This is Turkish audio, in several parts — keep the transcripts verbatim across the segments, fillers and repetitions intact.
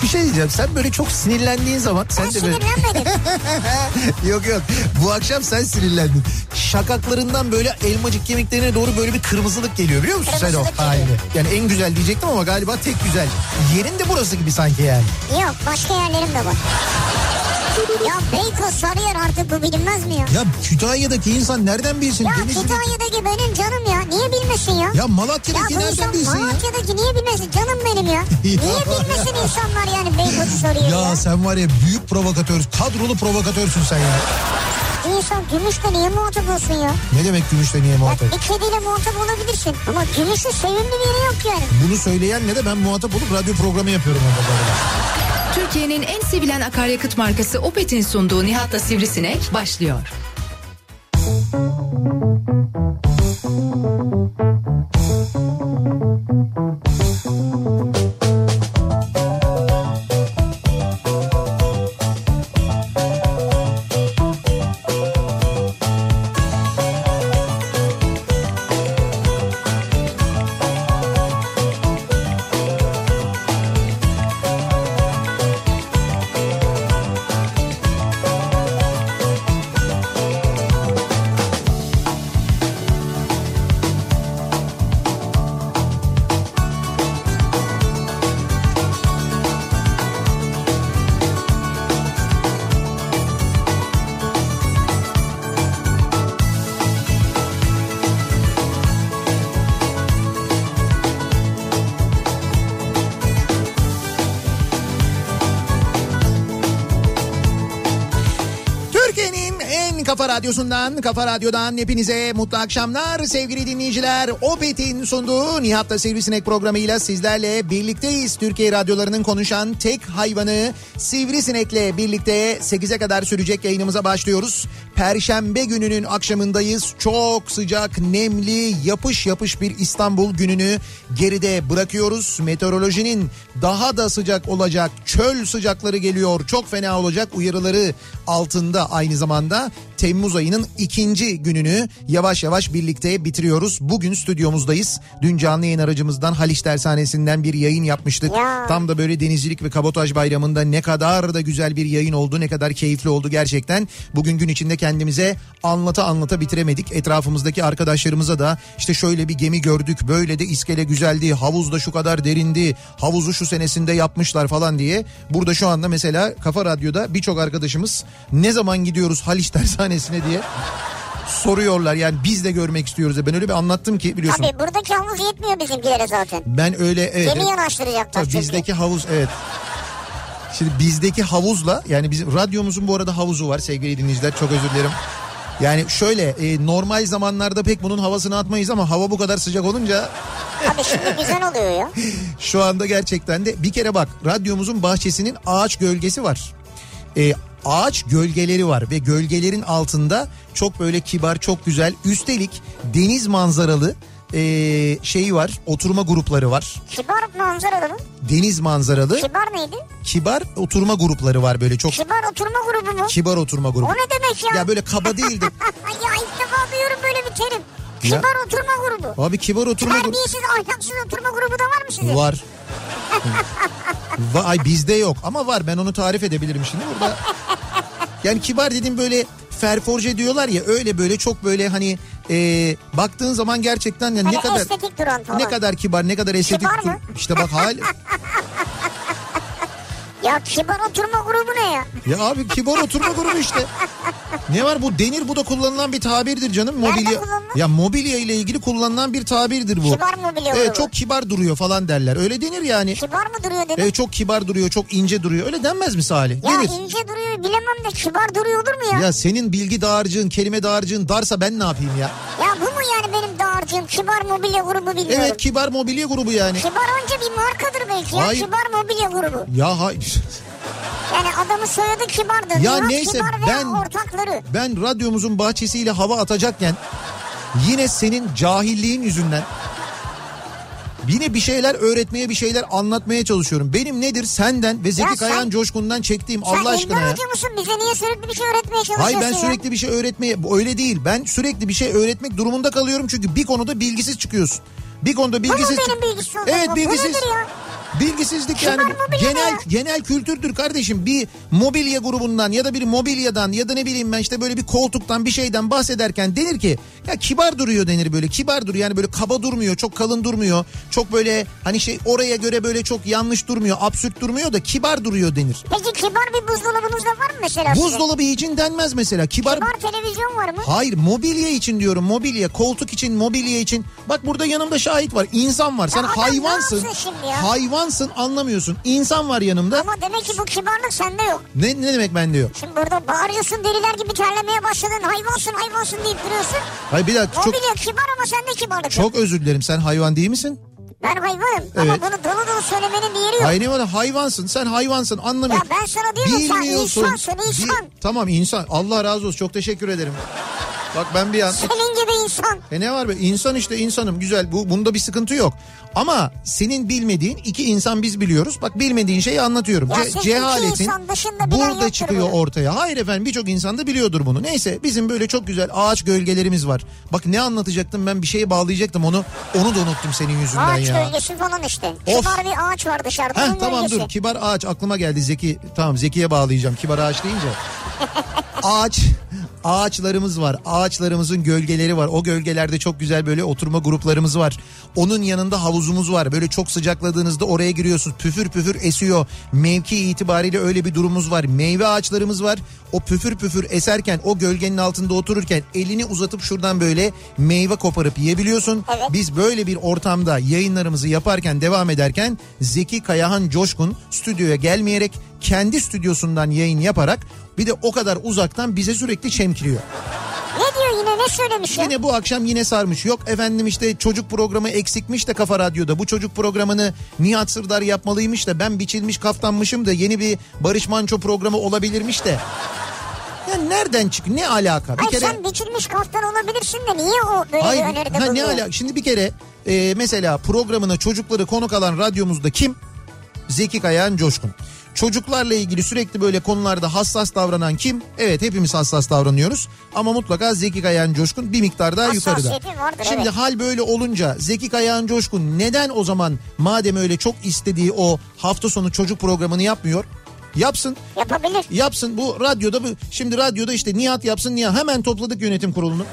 Bir şey diyeceğim, sen böyle çok sinirlendiğin zaman... Ben sen de böyle... sinirlenmedim. Yok yok, bu akşam sen sinirlendin. Şakaklarından böyle elmacık kemiklerine doğru böyle bir kırmızılık geliyor, biliyor musun sen o halini? Yani en güzel diyecektim ama galiba tek güzel. Yerin de burası gibi sanki yani. Yok, başka yerlerim de var. Ya Beykoz, Sarıyer, artık bu bilinmez mi ya? Ya Kütahya'daki insan nereden bilsin? Ya Denizli'deki... Kütahya'daki benim canım ya. Niye bilmesin ya? Ya Malatya'daki ya nereden bilsin ya? Malatya'daki niye bilmesin? Canım benim ya. Niye bilmesin insanlar yani Beykoz'u soruyor ya? Ya sen var ya büyük provokatör, kadrolu provokatörsün sen ya. İnsan gümüşle niye muhatap olsun ya? Ne demek gümüşle niye muhatap? Ya bir kediyle muhatap olabilirsin ama gümüşün sevimli bir yeri yok yani. Bunu söyleyen ne de ben muhatap olup radyo programı yapıyorum orada. Türkiye'nin en sevilen akaryakıt markası Opet'in sunduğu Nihat'la Sivrisinek başlıyor. Kafa Radyosu'ndan, Kafa Radyo'dan hepinize mutlu akşamlar sevgili dinleyiciler. Opet'in sunduğu Nihat'la Sivrisinek programıyla sizlerle birlikteyiz. Türkiye radyolarının konuşan tek hayvanı Sivrisinek'le birlikte sekize kadar sürecek yayınımıza başlıyoruz. Perşembe gününün akşamındayız. Çok sıcak, nemli, yapış yapış bir İstanbul gününü geride bırakıyoruz. Meteorolojinin daha da sıcak olacak, çöl sıcakları geliyor, çok fena olacak uyarıları altında aynı zamanda. Temmuz ayının ikinci gününü yavaş yavaş birlikte bitiriyoruz. Bugün stüdyomuzdayız. Dün canlı yayın aracımızdan Haliç Tersanesi'nden bir yayın yapmıştık. Ya. Tam da böyle Denizcilik ve Kabotaj Bayramı'nda ne kadar da güzel bir yayın oldu, ne kadar keyifli oldu gerçekten. Bugün gün içinde kendimize anlata anlata bitiremedik. Etrafımızdaki arkadaşlarımıza da işte şöyle bir gemi gördük, böyle de iskele güzeldi, havuz da şu kadar derindi, havuzu şu senesinde yapmışlar falan diye. Burada şu anda mesela Kafa Radyo'da birçok arkadaşımız ne zaman gidiyoruz Haliç Tersanesi'ne diye soruyorlar. Yani biz de görmek istiyoruz. Ben öyle bir anlattım ki biliyorsun. Tabii buradaki havuz yetmiyor bizimkilere zaten. Ben öyle evet. Gemi yanaştıracaklar çünkü. Bizdeki havuz evet. Şimdi bizdeki havuzla, yani bizim radyomuzun bu arada havuzu var sevgili dinleyiciler, çok özür dilerim. Yani şöyle e, normal zamanlarda pek bunun havasını atmayız ama hava bu kadar sıcak olunca... Abi şimdi güzel oluyor ya. Şu anda gerçekten de bir kere bak, radyomuzun bahçesinin ağaç gölgesi var. E, ağaç gölgeleri var ve gölgelerin altında çok böyle kibar, çok güzel, üstelik deniz manzaralı Ee, şeyi var, oturma grupları var. Kibar manzaralı mı? Deniz manzaralı. Kibar neydi? Kibar oturma grupları var böyle çok. Kibar oturma grubu mu? Kibar oturma grubu. O ne demek ya? Ya böyle kaba değildi. Ya ilk defa duyuyorum böyle bir terim. Kibar ya. Oturma grubu. Abi kibar oturma grubu. Terbiyesiz, ahlaksız oturma grubu da var mı sizin? Var. Vay, bizde yok ama var, ben onu tarif edebilirim şimdi burada. Yani kibar dediğim böyle ferforje diyorlar ya, öyle böyle çok böyle hani e, baktığın zaman gerçekten yani hani ne kadar estetik duran falan. Ne kadar kibar, ne kadar estetik. Kibar mı? İşte bak hal. Ya kibar oturma grubu ne ya? Ya abi kibar oturma grubu işte. Ne var, bu denir, bu da kullanılan bir tabirdir canım. Mobilya. Nerede kullanılır? Ya mobilya ile ilgili kullanılan bir tabirdir bu. Kibar mobilya grubu. Evet, çok kibar duruyor falan derler. Öyle denir yani. Kibar mı duruyor dedin? Evet, çok kibar duruyor, çok ince duruyor. Öyle denmez mi Salih? Ya Denir. ince duruyor bilemem de kibar duruyor olur mu ya? Ya senin bilgi dağarcığın, kelime dağarcığın darsa ben ne yapayım ya? Ya bu mu yani benim dağarcığım? Kibar mobilya grubu bilmiyorum. Evet, kibar mobilya grubu yani. Kibar önce bir markadır belki ya. Hayır. Kibar mobilya grubu. Ya hayır. Yani adamın soyadı Kibar'dır. Ya Nihat neyse, Kibar ben ortakları. ben radyomuzun bahçesiyle hava atacakken yine senin cahilliğin yüzünden yine bir şeyler öğretmeye, bir şeyler anlatmaya çalışıyorum. Benim nedir senden ve Zeki Ya Kayhan sen- Coşkun'dan çektiğim Sen Allah aşkına ya. hoca musun? Bize niye sürekli bir şey öğretmeye çalışıyorsun Hayır, ben ya? sürekli bir şey öğretmeye, bu öyle değil. Ben sürekli bir şey öğretmek durumunda kalıyorum çünkü bir konuda bilgisiz çıkıyorsun. Bir konuda bilgisiz. Bu mu benim bilgisiz olduğum? Evet, Bu bilgisiz. nedir ya? Bilgisizlik Kibar yani mobilya genel ya. genel kültürdür kardeşim. Bir mobilya grubundan ya da bir mobilyadan ya da ne bileyim ben işte böyle bir koltuktan bir şeyden bahsederken denir ki ya kibar duruyor denir böyle. Kibar duruyor yani böyle kaba durmuyor, çok kalın durmuyor. Çok böyle hani şey oraya göre böyle çok yanlış durmuyor, absürt durmuyor da kibar duruyor denir. Peki kibar bir buzdolabınız da var mı mesela? Buzdolabı için denmez mesela. Kibar Kibar televizyon var mı? Hayır, mobilya için diyorum, mobilya, koltuk için, mobilya için. Bak burada yanımda şahit var, insan var. Sen Ya adam hayvansın. ne yapsın şimdi ya? Hayvansın, anlamıyorsun. İnsan var yanımda. Ama demek ki bu kibarlık sende yok. Ne ne demek ben diyor? Şimdi burada bağırıyorsun, deliler gibi terlemeye başladın. Hayvansın hayvansın deyip duruyorsun. Hayır bir dakika, çok Mobilya kibar ama sende kibarlık yok. çok özür dilerim. Sen hayvan değil misin? Ben hayvanım ama Evet. bunu dolu dolu söylemenin bir yeri yok. Hayır, ne var? Hayvansın. Sen hayvansın, anlamıyorsun. Ya ben sana diyorum sen Bilmiyorsun. insansın insan. Bi- tamam insan. Allah razı olsun. Çok teşekkür ederim. Bak ben bir an... Senin gibi insan. E ne var be? İnsan işte, insanım. Güzel. Bu bunda bir sıkıntı yok. Ama senin bilmediğin iki insan biz biliyoruz. Bak bilmediğin şeyi anlatıyorum. Ya Ce- siz iki cehaletin insan dışında bilen burada yoktur çıkıyor bunu. ortaya. Hayır efendim, birçok insan da biliyordur bunu. Neyse, bizim böyle çok güzel ağaç gölgelerimiz var. Bak ne anlatacaktım ben, bir şeye bağlayacaktım onu. Onu da unuttum senin yüzünden Ağaç ya. gölgesi falan işte. Of. Kibar bir ağaç var dışarıda. Heh, onun tamam gölgesi. dur, kibar ağaç aklıma geldi. Zeki, tamam Zeki'ye bağlayacağım kibar ağaç deyince. Ağaç ağaçlarımız var. Ağaçlarımızın gölgeleri var. O gölgelerde çok güzel böyle oturma gruplarımız var. Onun yanında havuzumuz var. Böyle çok sıcakladığınızda oraya giriyorsunuz. Püfür püfür esiyor. Mevki itibariyle öyle bir durumumuz var. Meyve ağaçlarımız var. O püfür püfür eserken, o gölgenin altında otururken elini uzatıp şuradan böyle meyve koparıp yiyebiliyorsun. Evet. Biz böyle bir ortamda yayınlarımızı yaparken, devam ederken Zeki Kayahan Coşkun stüdyoya gelmeyerek kendi stüdyosundan yayın yaparak bir de o kadar uzaktan bize sürekli çemkiriyor. Ne diyor yine, ne söylemiş ya? Yine bu akşam yine sarmış. Yok efendim işte çocuk programı eksikmiş de Kafa Radyo'da. Bu çocuk programını Nihat Sırdar yapmalıymış da ben biçilmiş kaftanmışım da yeni bir Barış Manço programı olabilirmiş de. Ya nereden çıkıyor? Ne alaka? Bir Ay kere sen biçilmiş kaftan olabilirsin de niye o böyle Hayır, bir öneride ha, ne bulunuyor? alaka? Şimdi bir kere e, mesela programına çocukları konuk alan radyomuzda kim? Zeki Kayahan Coşkun. Çocuklarla ilgili sürekli böyle konularda hassas davranan kim? Evet, hepimiz hassas davranıyoruz. Ama mutlaka Zeki Kayahan Coşkun bir miktar daha yukarıda. Hassasiyeti vardır, Şimdi evet. hal böyle olunca Zeki Kayahan Coşkun neden o zaman, madem öyle çok istediği o hafta sonu çocuk programını yapmıyor? Yapsın. Yapabilir. Yapsın. Bu radyoda, bu şimdi radyoda işte Nihat yapsın, Nihat. Hemen topladık yönetim kurulunu.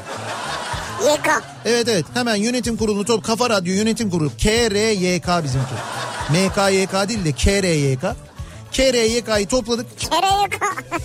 Y K. Evet evet, hemen yönetim kurulunu top, Kafa Radyo yönetim kurulu K R Y K bizimki. M K Y K değil de K R Y K. K R Y K'yı topladık. K R Y K.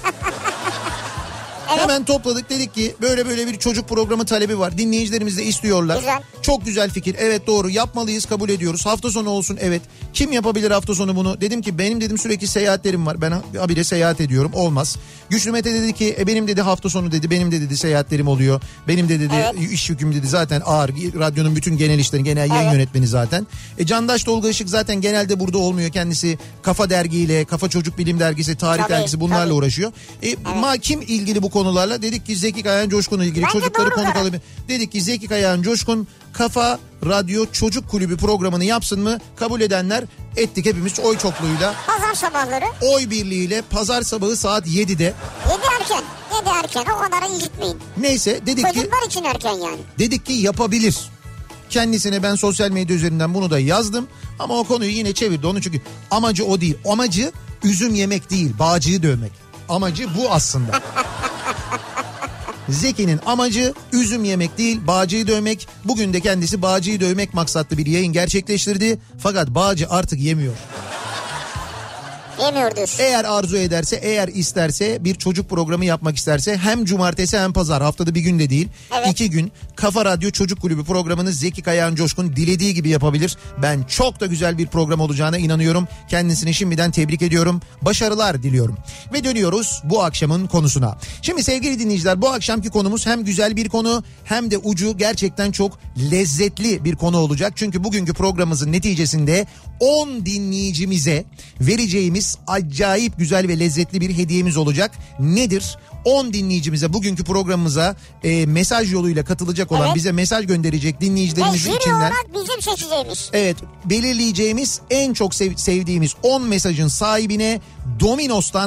Evet. Hemen topladık, dedik ki böyle böyle bir çocuk programı talebi var. Dinleyicilerimiz de istiyorlar. Güzel. Çok güzel fikir. Evet doğru, yapmalıyız, kabul ediyoruz. Hafta sonu olsun, evet. Kim yapabilir hafta sonu bunu? Dedim ki benim dedim sürekli seyahatlerim var. Ben habire seyahat ediyorum. Olmaz. Güçlü Mete dedi ki e, benim dedi hafta sonu dedi. Benim de dedi seyahatlerim oluyor. Benim de dedi Evet. iş yüküm dedi zaten ağır. Radyonun bütün genel işleri, genel yayın Evet. yönetmeni zaten. E, Candaş Tolga Işık zaten genelde burada olmuyor. Kendisi Kafa Dergi'yle, Kafa Çocuk Bilim Dergisi, Tarih Tabii, Dergisi bunlarla tabii. uğraşıyor. E, ma kim ilgili bu konularla? Dedik ki Zeki Kayahan Coşkun'la ilgili. Bence Çocukları doğru konuk karar. alalım. Dedik ki Zeki Kayahan Coşkun Kafa Radyo Çocuk Kulübü programını yapsın mı? Kabul edenler ettik hepimiz oy çokluğuyla. Pazar sabahları. Oy birliğiyle pazar sabahı saat yedide. Yedi erken. Yedi erken. O kadar incitmeyin. Neyse dedik ki Çocuklar için erken yani. dedik ki yapabilir. Kendisine ben sosyal medya üzerinden bunu da yazdım. Ama o konuyu yine çevirdi onu, çünkü amacı o değil. Amacı üzüm yemek değil, bağcıyı dövmek. Amacı bu aslında. Zeki'nin amacı üzüm yemek değil, bağcıyı dövmek. Bugün de kendisi bağcıyı dövmek maksatlı bir yayın gerçekleştirdi. Fakat bağcı artık yemiyor. Yemiyor diyorsun. Eğer arzu ederse, eğer isterse, bir çocuk programı yapmak isterse hem cumartesi hem pazar, haftada bir gün de değil, Evet. iki gün Kafa Radyo Çocuk Kulübü programını Zeki Kayahan Coşkun dilediği gibi yapabilir. Ben çok da güzel bir program olacağına inanıyorum. Kendisini şimdiden tebrik ediyorum. Başarılar diliyorum. Ve dönüyoruz bu akşamın konusuna. Şimdi sevgili dinleyiciler, bu akşamki konumuz hem güzel bir konu hem de ucu gerçekten çok lezzetli bir konu olacak. Çünkü bugünkü programımızın neticesinde on dinleyicimize vereceğimiz acayip güzel ve lezzetli bir hediyemiz olacak. Nedir? on dinleyicimize, bugünkü programımıza e, mesaj yoluyla katılacak olan, Evet. bize mesaj gönderecek Ve dinleyicilerimizin jüri içinden, olarak bizim seçeceğimiz. evet, belirleyeceğimiz en çok sev- sevdiğimiz on mesajın sahibine Domino's'tan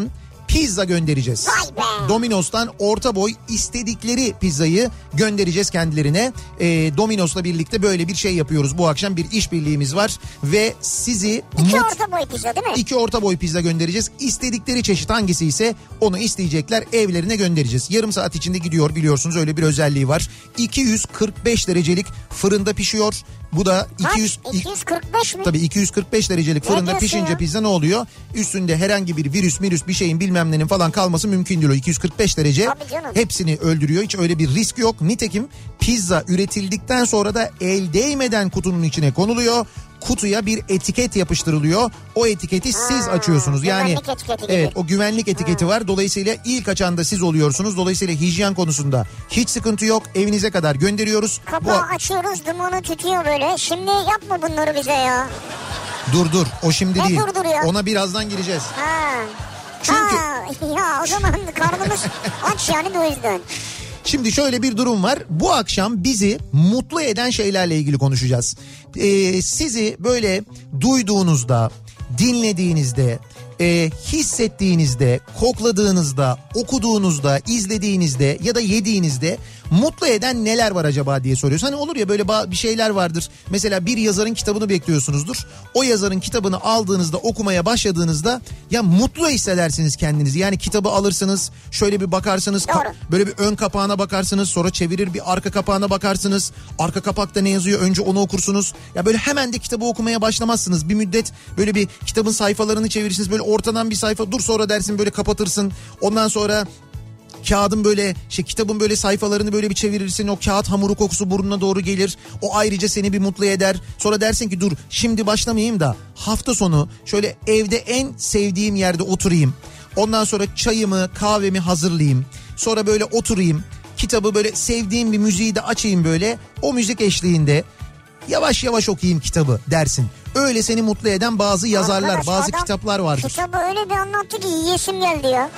pizza göndereceğiz. Vay be. Domino's'tan orta boy istedikleri pizzayı göndereceğiz kendilerine. Ee, Domino's'la birlikte böyle bir şey yapıyoruz. Bu akşam bir işbirliğimiz var ve sizi... İki mut... orta boy pizza değil mi? İki orta boy pizza göndereceğiz. İstedikleri çeşit hangisi ise onu isteyecekler, evlerine göndereceğiz. Yarım saat içinde gidiyor, biliyorsunuz öyle bir özelliği var. iki yüz kırk beş derecelik fırında pişiyor. Bu da iki yüz, iki yüz kırk beş mi? Tabii iki yüz kırk beş derecelik Ne fırında diyorsun pişince ya? pizza ne oluyor? Üstünde herhangi bir virüs, virüs bir şeyin bilmem nenin falan kalması mümkün değil. O iki yüz kırk beş derece Tabii canım. hepsini öldürüyor. Hiç öyle bir risk yok. Nitekim pizza üretildikten sonra da el değmeden kutunun içine konuluyor. Kutuya bir etiket yapıştırılıyor. O etiketi siz Ha, açıyorsunuz. Yani güvenlik etiketi gibi. evet, o güvenlik etiketi Ha. var. Dolayısıyla ilk açan da siz oluyorsunuz. Dolayısıyla hijyen konusunda hiç sıkıntı yok. Evinize kadar gönderiyoruz. Kapağı Bu... açıyoruz, dumanı tütüyor böyle. Şimdi yapma bunları bize ya. Dur dur, o şimdi Ne değil. dur dur ya? Ona birazdan gireceğiz. Ha. Çünkü- Ha, ya o zaman karnımız aç yani de o yüzden. Şimdi şöyle bir durum var. Bu akşam bizi mutlu eden şeylerle ilgili konuşacağız. Ee, sizi böyle duyduğunuzda, dinlediğinizde, e, hissettiğinizde, kokladığınızda, okuduğunuzda, izlediğinizde ya da yediğinizde mutlu eden neler var acaba diye soruyoruz. Hani olur ya böyle bir şeyler vardır. Mesela bir yazarın kitabını bekliyorsunuzdur. O yazarın kitabını aldığınızda, okumaya başladığınızda ya mutlu hissedersiniz kendinizi. Yani kitabı alırsınız, şöyle bir bakarsınız, ka- Doğru. böyle bir ön kapağına bakarsınız, sonra çevirir bir arka kapağına bakarsınız. Arka kapakta ne yazıyor, önce onu okursunuz. Ya böyle hemen de kitabı okumaya başlamazsınız. Bir müddet böyle bir kitabın sayfalarını çevirirsiniz. Böyle ortadan bir sayfa dur sonra dersin, böyle kapatırsın. Ondan sonra kağıdın böyle şey kitabın böyle sayfalarını böyle bir çevirirsin, o kağıt hamuru kokusu burnuna doğru gelir. O ayrıca seni bir mutlu eder. Sonra dersin ki dur şimdi başlamayayım da hafta sonu şöyle evde en sevdiğim yerde oturayım. Ondan sonra çayımı kahvemi hazırlayayım. Sonra böyle oturayım. Kitabı böyle sevdiğim bir müziği de açayım böyle. O müzik eşliğinde yavaş yavaş okuyayım kitabı dersin. Öyle seni mutlu eden bazı yazarlar, Arkadaş, bazı adam kitaplar vardır. Kitabı öyle bir anlattı ki yiyesim geldi ya.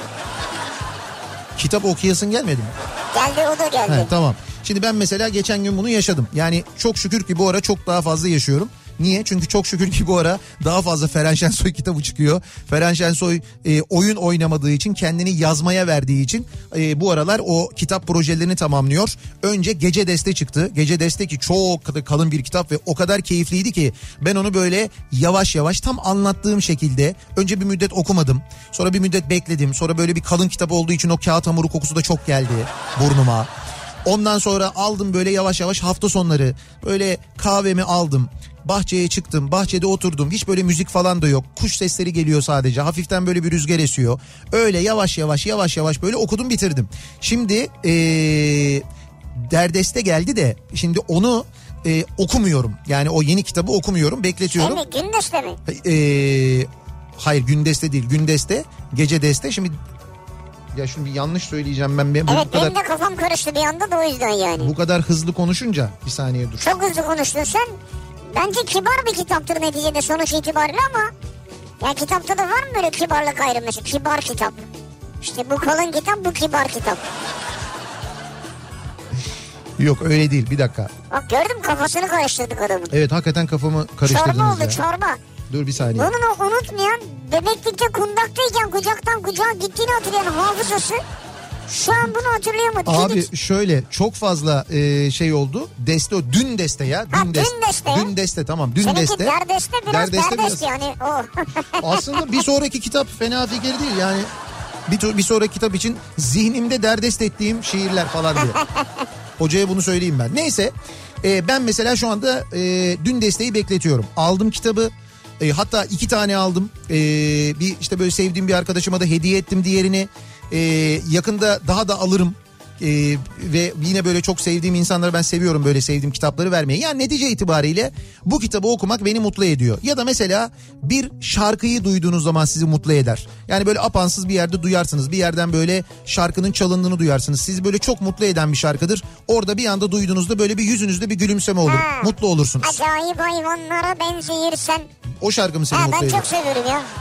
Kitap okuyasın gelmedi mi? Geldi, o da geldi. He, tamam. Şimdi ben mesela geçen gün bunu yaşadım. Yani çok şükür ki bu ara çok daha fazla yaşıyorum. Niye? Çünkü çok şükür ki bu ara daha fazla Ferhan Şensoy kitabı çıkıyor. Ferhan Şensoy e, oyun oynamadığı için, kendini yazmaya verdiği için e, bu aralar o kitap projelerini tamamlıyor. Önce Gece Deste çıktı. Gece Deste ki çok kalın bir kitap ve o kadar keyifliydi ki ben onu böyle yavaş yavaş tam anlattığım şekilde önce bir müddet okumadım. Sonra bir müddet bekledim. Sonra böyle bir kalın kitap olduğu için o kağıt hamuru kokusu da çok geldi burnuma. Ondan sonra aldım böyle yavaş yavaş hafta sonları böyle kahvemi aldım. Bahçeye çıktım, bahçede oturdum, hiç böyle müzik falan da yok, kuş sesleri geliyor sadece, hafiften böyle bir rüzgar esiyor, öyle yavaş yavaş yavaş yavaş böyle okudum, bitirdim. Şimdi ee, Derdeste geldi de şimdi onu ee, okumuyorum, yani o yeni kitabı okumuyorum, bekletiyorum. Şey mi, Gündeste mi? Ee, hayır, Gündeste değil, Gündeste, Gece Deste. Şimdi ya şunu bir yanlış söyleyeceğim ben. ben Evet, bu kadar, benim de kafam karıştı bir anda da o yüzden yani. bu kadar hızlı konuşunca bir saniye dur. Çok hızlı konuştun sen. Bence kibar bir kitaptır neticede sonuç itibariyle ama... Ya kitapta da var mı böyle kibarlık ayrımı? Kibar kitap. İşte bu kalın kitap, bu kibar kitap. Yok öyle değil, bir dakika. Bak gördüm, kafasını karıştırdık adamın. Evet, hakikaten kafamı karıştırdınız Çorba oldu, ya. çorba. Dur bir saniye. Bunun o unutmayan, bebeklikte kundaktayken kucaktan kucağa gittiğini hatırlayan hafızası şu an bunu hatırlayamadı. Abi Hiç. şöyle çok fazla e, şey oldu. Deste o. Dün deste ya. Dün, Ha, dest- dün deste ya. Dün deste tamam. Dün Seninki deste. derdeste biraz Derdeste derdest biraz. yani o. Aslında bir sonraki kitap fena fikir değil yani. Bir, bir sonraki kitap için zihnimde derdest ettiğim şiirler falan diye. Hocaya bunu söyleyeyim ben. Neyse e, ben mesela şu anda e, Dün Deste'yi bekletiyorum. Aldım kitabı. E, hatta iki tane aldım. E, bir işte böyle sevdiğim bir arkadaşıma da hediye ettim diğerini. E, yakında daha da alırım. Ee, ve yine böyle çok sevdiğim insanlara ben seviyorum böyle sevdiğim kitapları vermeyi. Yani netice itibariyle bu kitabı okumak beni mutlu ediyor. Ya da mesela bir şarkıyı duyduğunuz zaman sizi mutlu eder. Yani böyle apansız bir yerde duyarsınız. Bir yerden böyle şarkının çalındığını duyarsınız. Sizi böyle çok mutlu eden bir şarkıdır. Orada bir anda duyduğunuzda böyle bir yüzünüzde bir gülümseme olur. Ha. Mutlu olursunuz. Acayip hayvanlara benzeyirsen. O şarkı mı seni Ha, mutlu ben ediyor? çok seviyorum ya.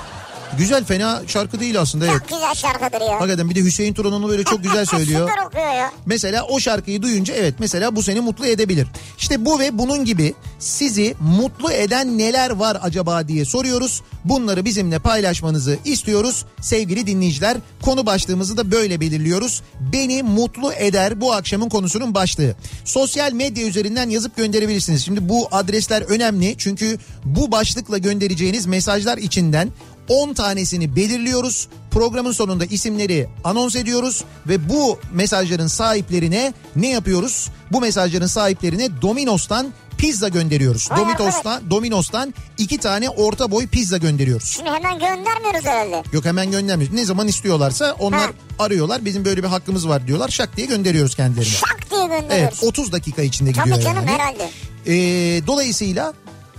Güzel, fena şarkı değil aslında. Çok Evet. güzel şarkıdır ya. Hakikaten bir de Hüseyin Turan onu böyle çok güzel söylüyor. Süper okuyor ya. Mesela o şarkıyı duyunca evet mesela bu seni mutlu edebilir. İşte bu ve bunun gibi sizi mutlu eden neler var acaba diye soruyoruz. Bunları bizimle paylaşmanızı istiyoruz sevgili dinleyiciler. Konu başlığımızı da böyle belirliyoruz. Beni mutlu eder bu akşamın konusunun başlığı. Sosyal medya üzerinden yazıp gönderebilirsiniz. Şimdi bu adresler önemli çünkü bu başlıkla göndereceğiniz mesajlar içinden on tanesini belirliyoruz. Programın sonunda isimleri anons ediyoruz ve bu mesajların sahiplerine ne yapıyoruz? Bu mesajların sahiplerine Domino's'tan pizza gönderiyoruz. Vay Domino's'tan, Domino's'tan iki tane orta boy pizza gönderiyoruz. Şimdi hemen göndermiyoruz herhalde. Yok, hemen göndermiyoruz. Ne zaman istiyorlarsa onlar Ha. arıyorlar. Bizim böyle bir hakkımız var diyorlar. Şak diye gönderiyoruz kendilerine. Şak diye gönderiyoruz. Evet, otuz dakika içinde gidiyor Tabii canım, yani. herhalde. Ee, dolayısıyla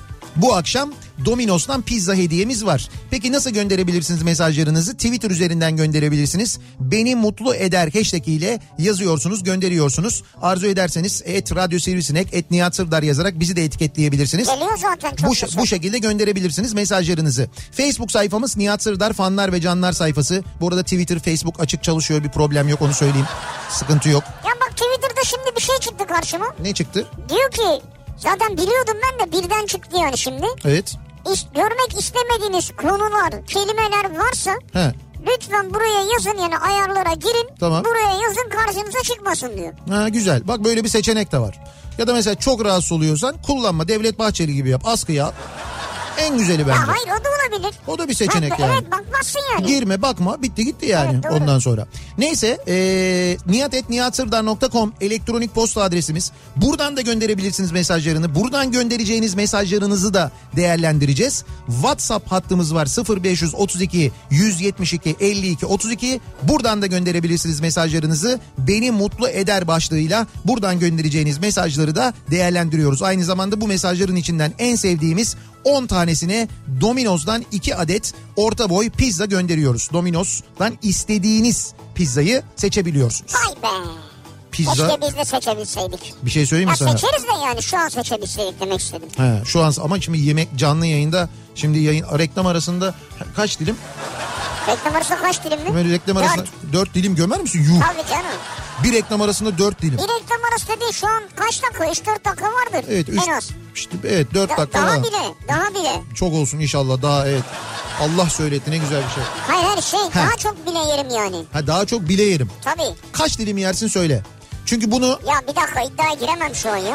bu akşam Domino's'tan pizza hediyemiz var. Peki nasıl gönderebilirsiniz mesajlarınızı? Twitter üzerinden gönderebilirsiniz. Beni mutlu eder hashtag ile yazıyorsunuz, gönderiyorsunuz. Arzu ederseniz et radyo sivrisinek et Nihat Sırdar yazarak bizi de etiketleyebilirsiniz. Geliyor zaten çok Bu, güzel. bu şekilde gönderebilirsiniz mesajlarınızı. Facebook sayfamız Nihat Sırdar fanlar ve canlar sayfası. Bu arada Twitter, Facebook açık çalışıyor, bir problem yok, onu söyleyeyim. Sıkıntı yok. Ya bak, Twitter'da şimdi bir şey çıktı karşıma. Ne çıktı? Diyor ki zaten biliyordum ben de birden çıktı yani şimdi. Evet. İş, görmek istemediğiniz konular, kelimeler varsa He. lütfen buraya yazın, yani ayarlara girin. Tamam. Buraya yazın, karşınıza çıkmasın diyor. Ha, güzel. Bak böyle bir seçenek de var. Ya da mesela çok rahatsız oluyorsan kullanma. Devlet Bahçeli gibi yap. Askıya al. En güzeli bence. Ya hayır, o da olabilir. O da bir seçenek Ha, yani. Evet, bakmazsın yani. Girme, bakma, bitti gitti yani. Evet, doğru. Ondan sonra. Neyse ee, nihat et nihat sırdar nokta com elektronik posta adresimiz. Buradan da gönderebilirsiniz mesajlarını. Buradan göndereceğiniz mesajlarınızı da değerlendireceğiz. WhatsApp hattımız var sıfır beş otuz iki yüz yetmiş iki elli iki otuz iki. Buradan da gönderebilirsiniz mesajlarınızı. Beni mutlu eder başlığıyla buradan göndereceğiniz mesajları da değerlendiriyoruz. Aynı zamanda bu mesajların içinden en sevdiğimiz on tanesine Domino's'dan iki adet orta boy pizza gönderiyoruz. Domino's'dan istediğiniz pizzayı seçebiliyorsunuz. Vay be. Pizza. Keşke biz de seçebilseydik. Bir şey söyleyeyim mi Ya sana? seçeriz de yani şu an seçebilseydik demek istedim. He, şu an ama şimdi yemek canlı yayında, şimdi yayın reklam arasında kaç dilim? Reklam arası kaç dilim mi? Böyle reklam arasında Dört. dört dilim gömer misin? Yuh. Tabii canım. Bir reklam arasında dört dilim. Bir reklam arası dediği şu an kaç dakika? üç dört dakika vardır. Evet, üç, en az. işte, evet dört Da- dakika daha var. bile, daha bile. Çok olsun inşallah daha, evet. Allah söyletti, ne güzel bir şey. Hayır hayır şey daha çok bile yerim yani. Ha, daha çok bile yerim. Tabii. Kaç dilim yersin söyle. Çünkü bunu Ya bir dakika, iddiaya giremem şu an ya.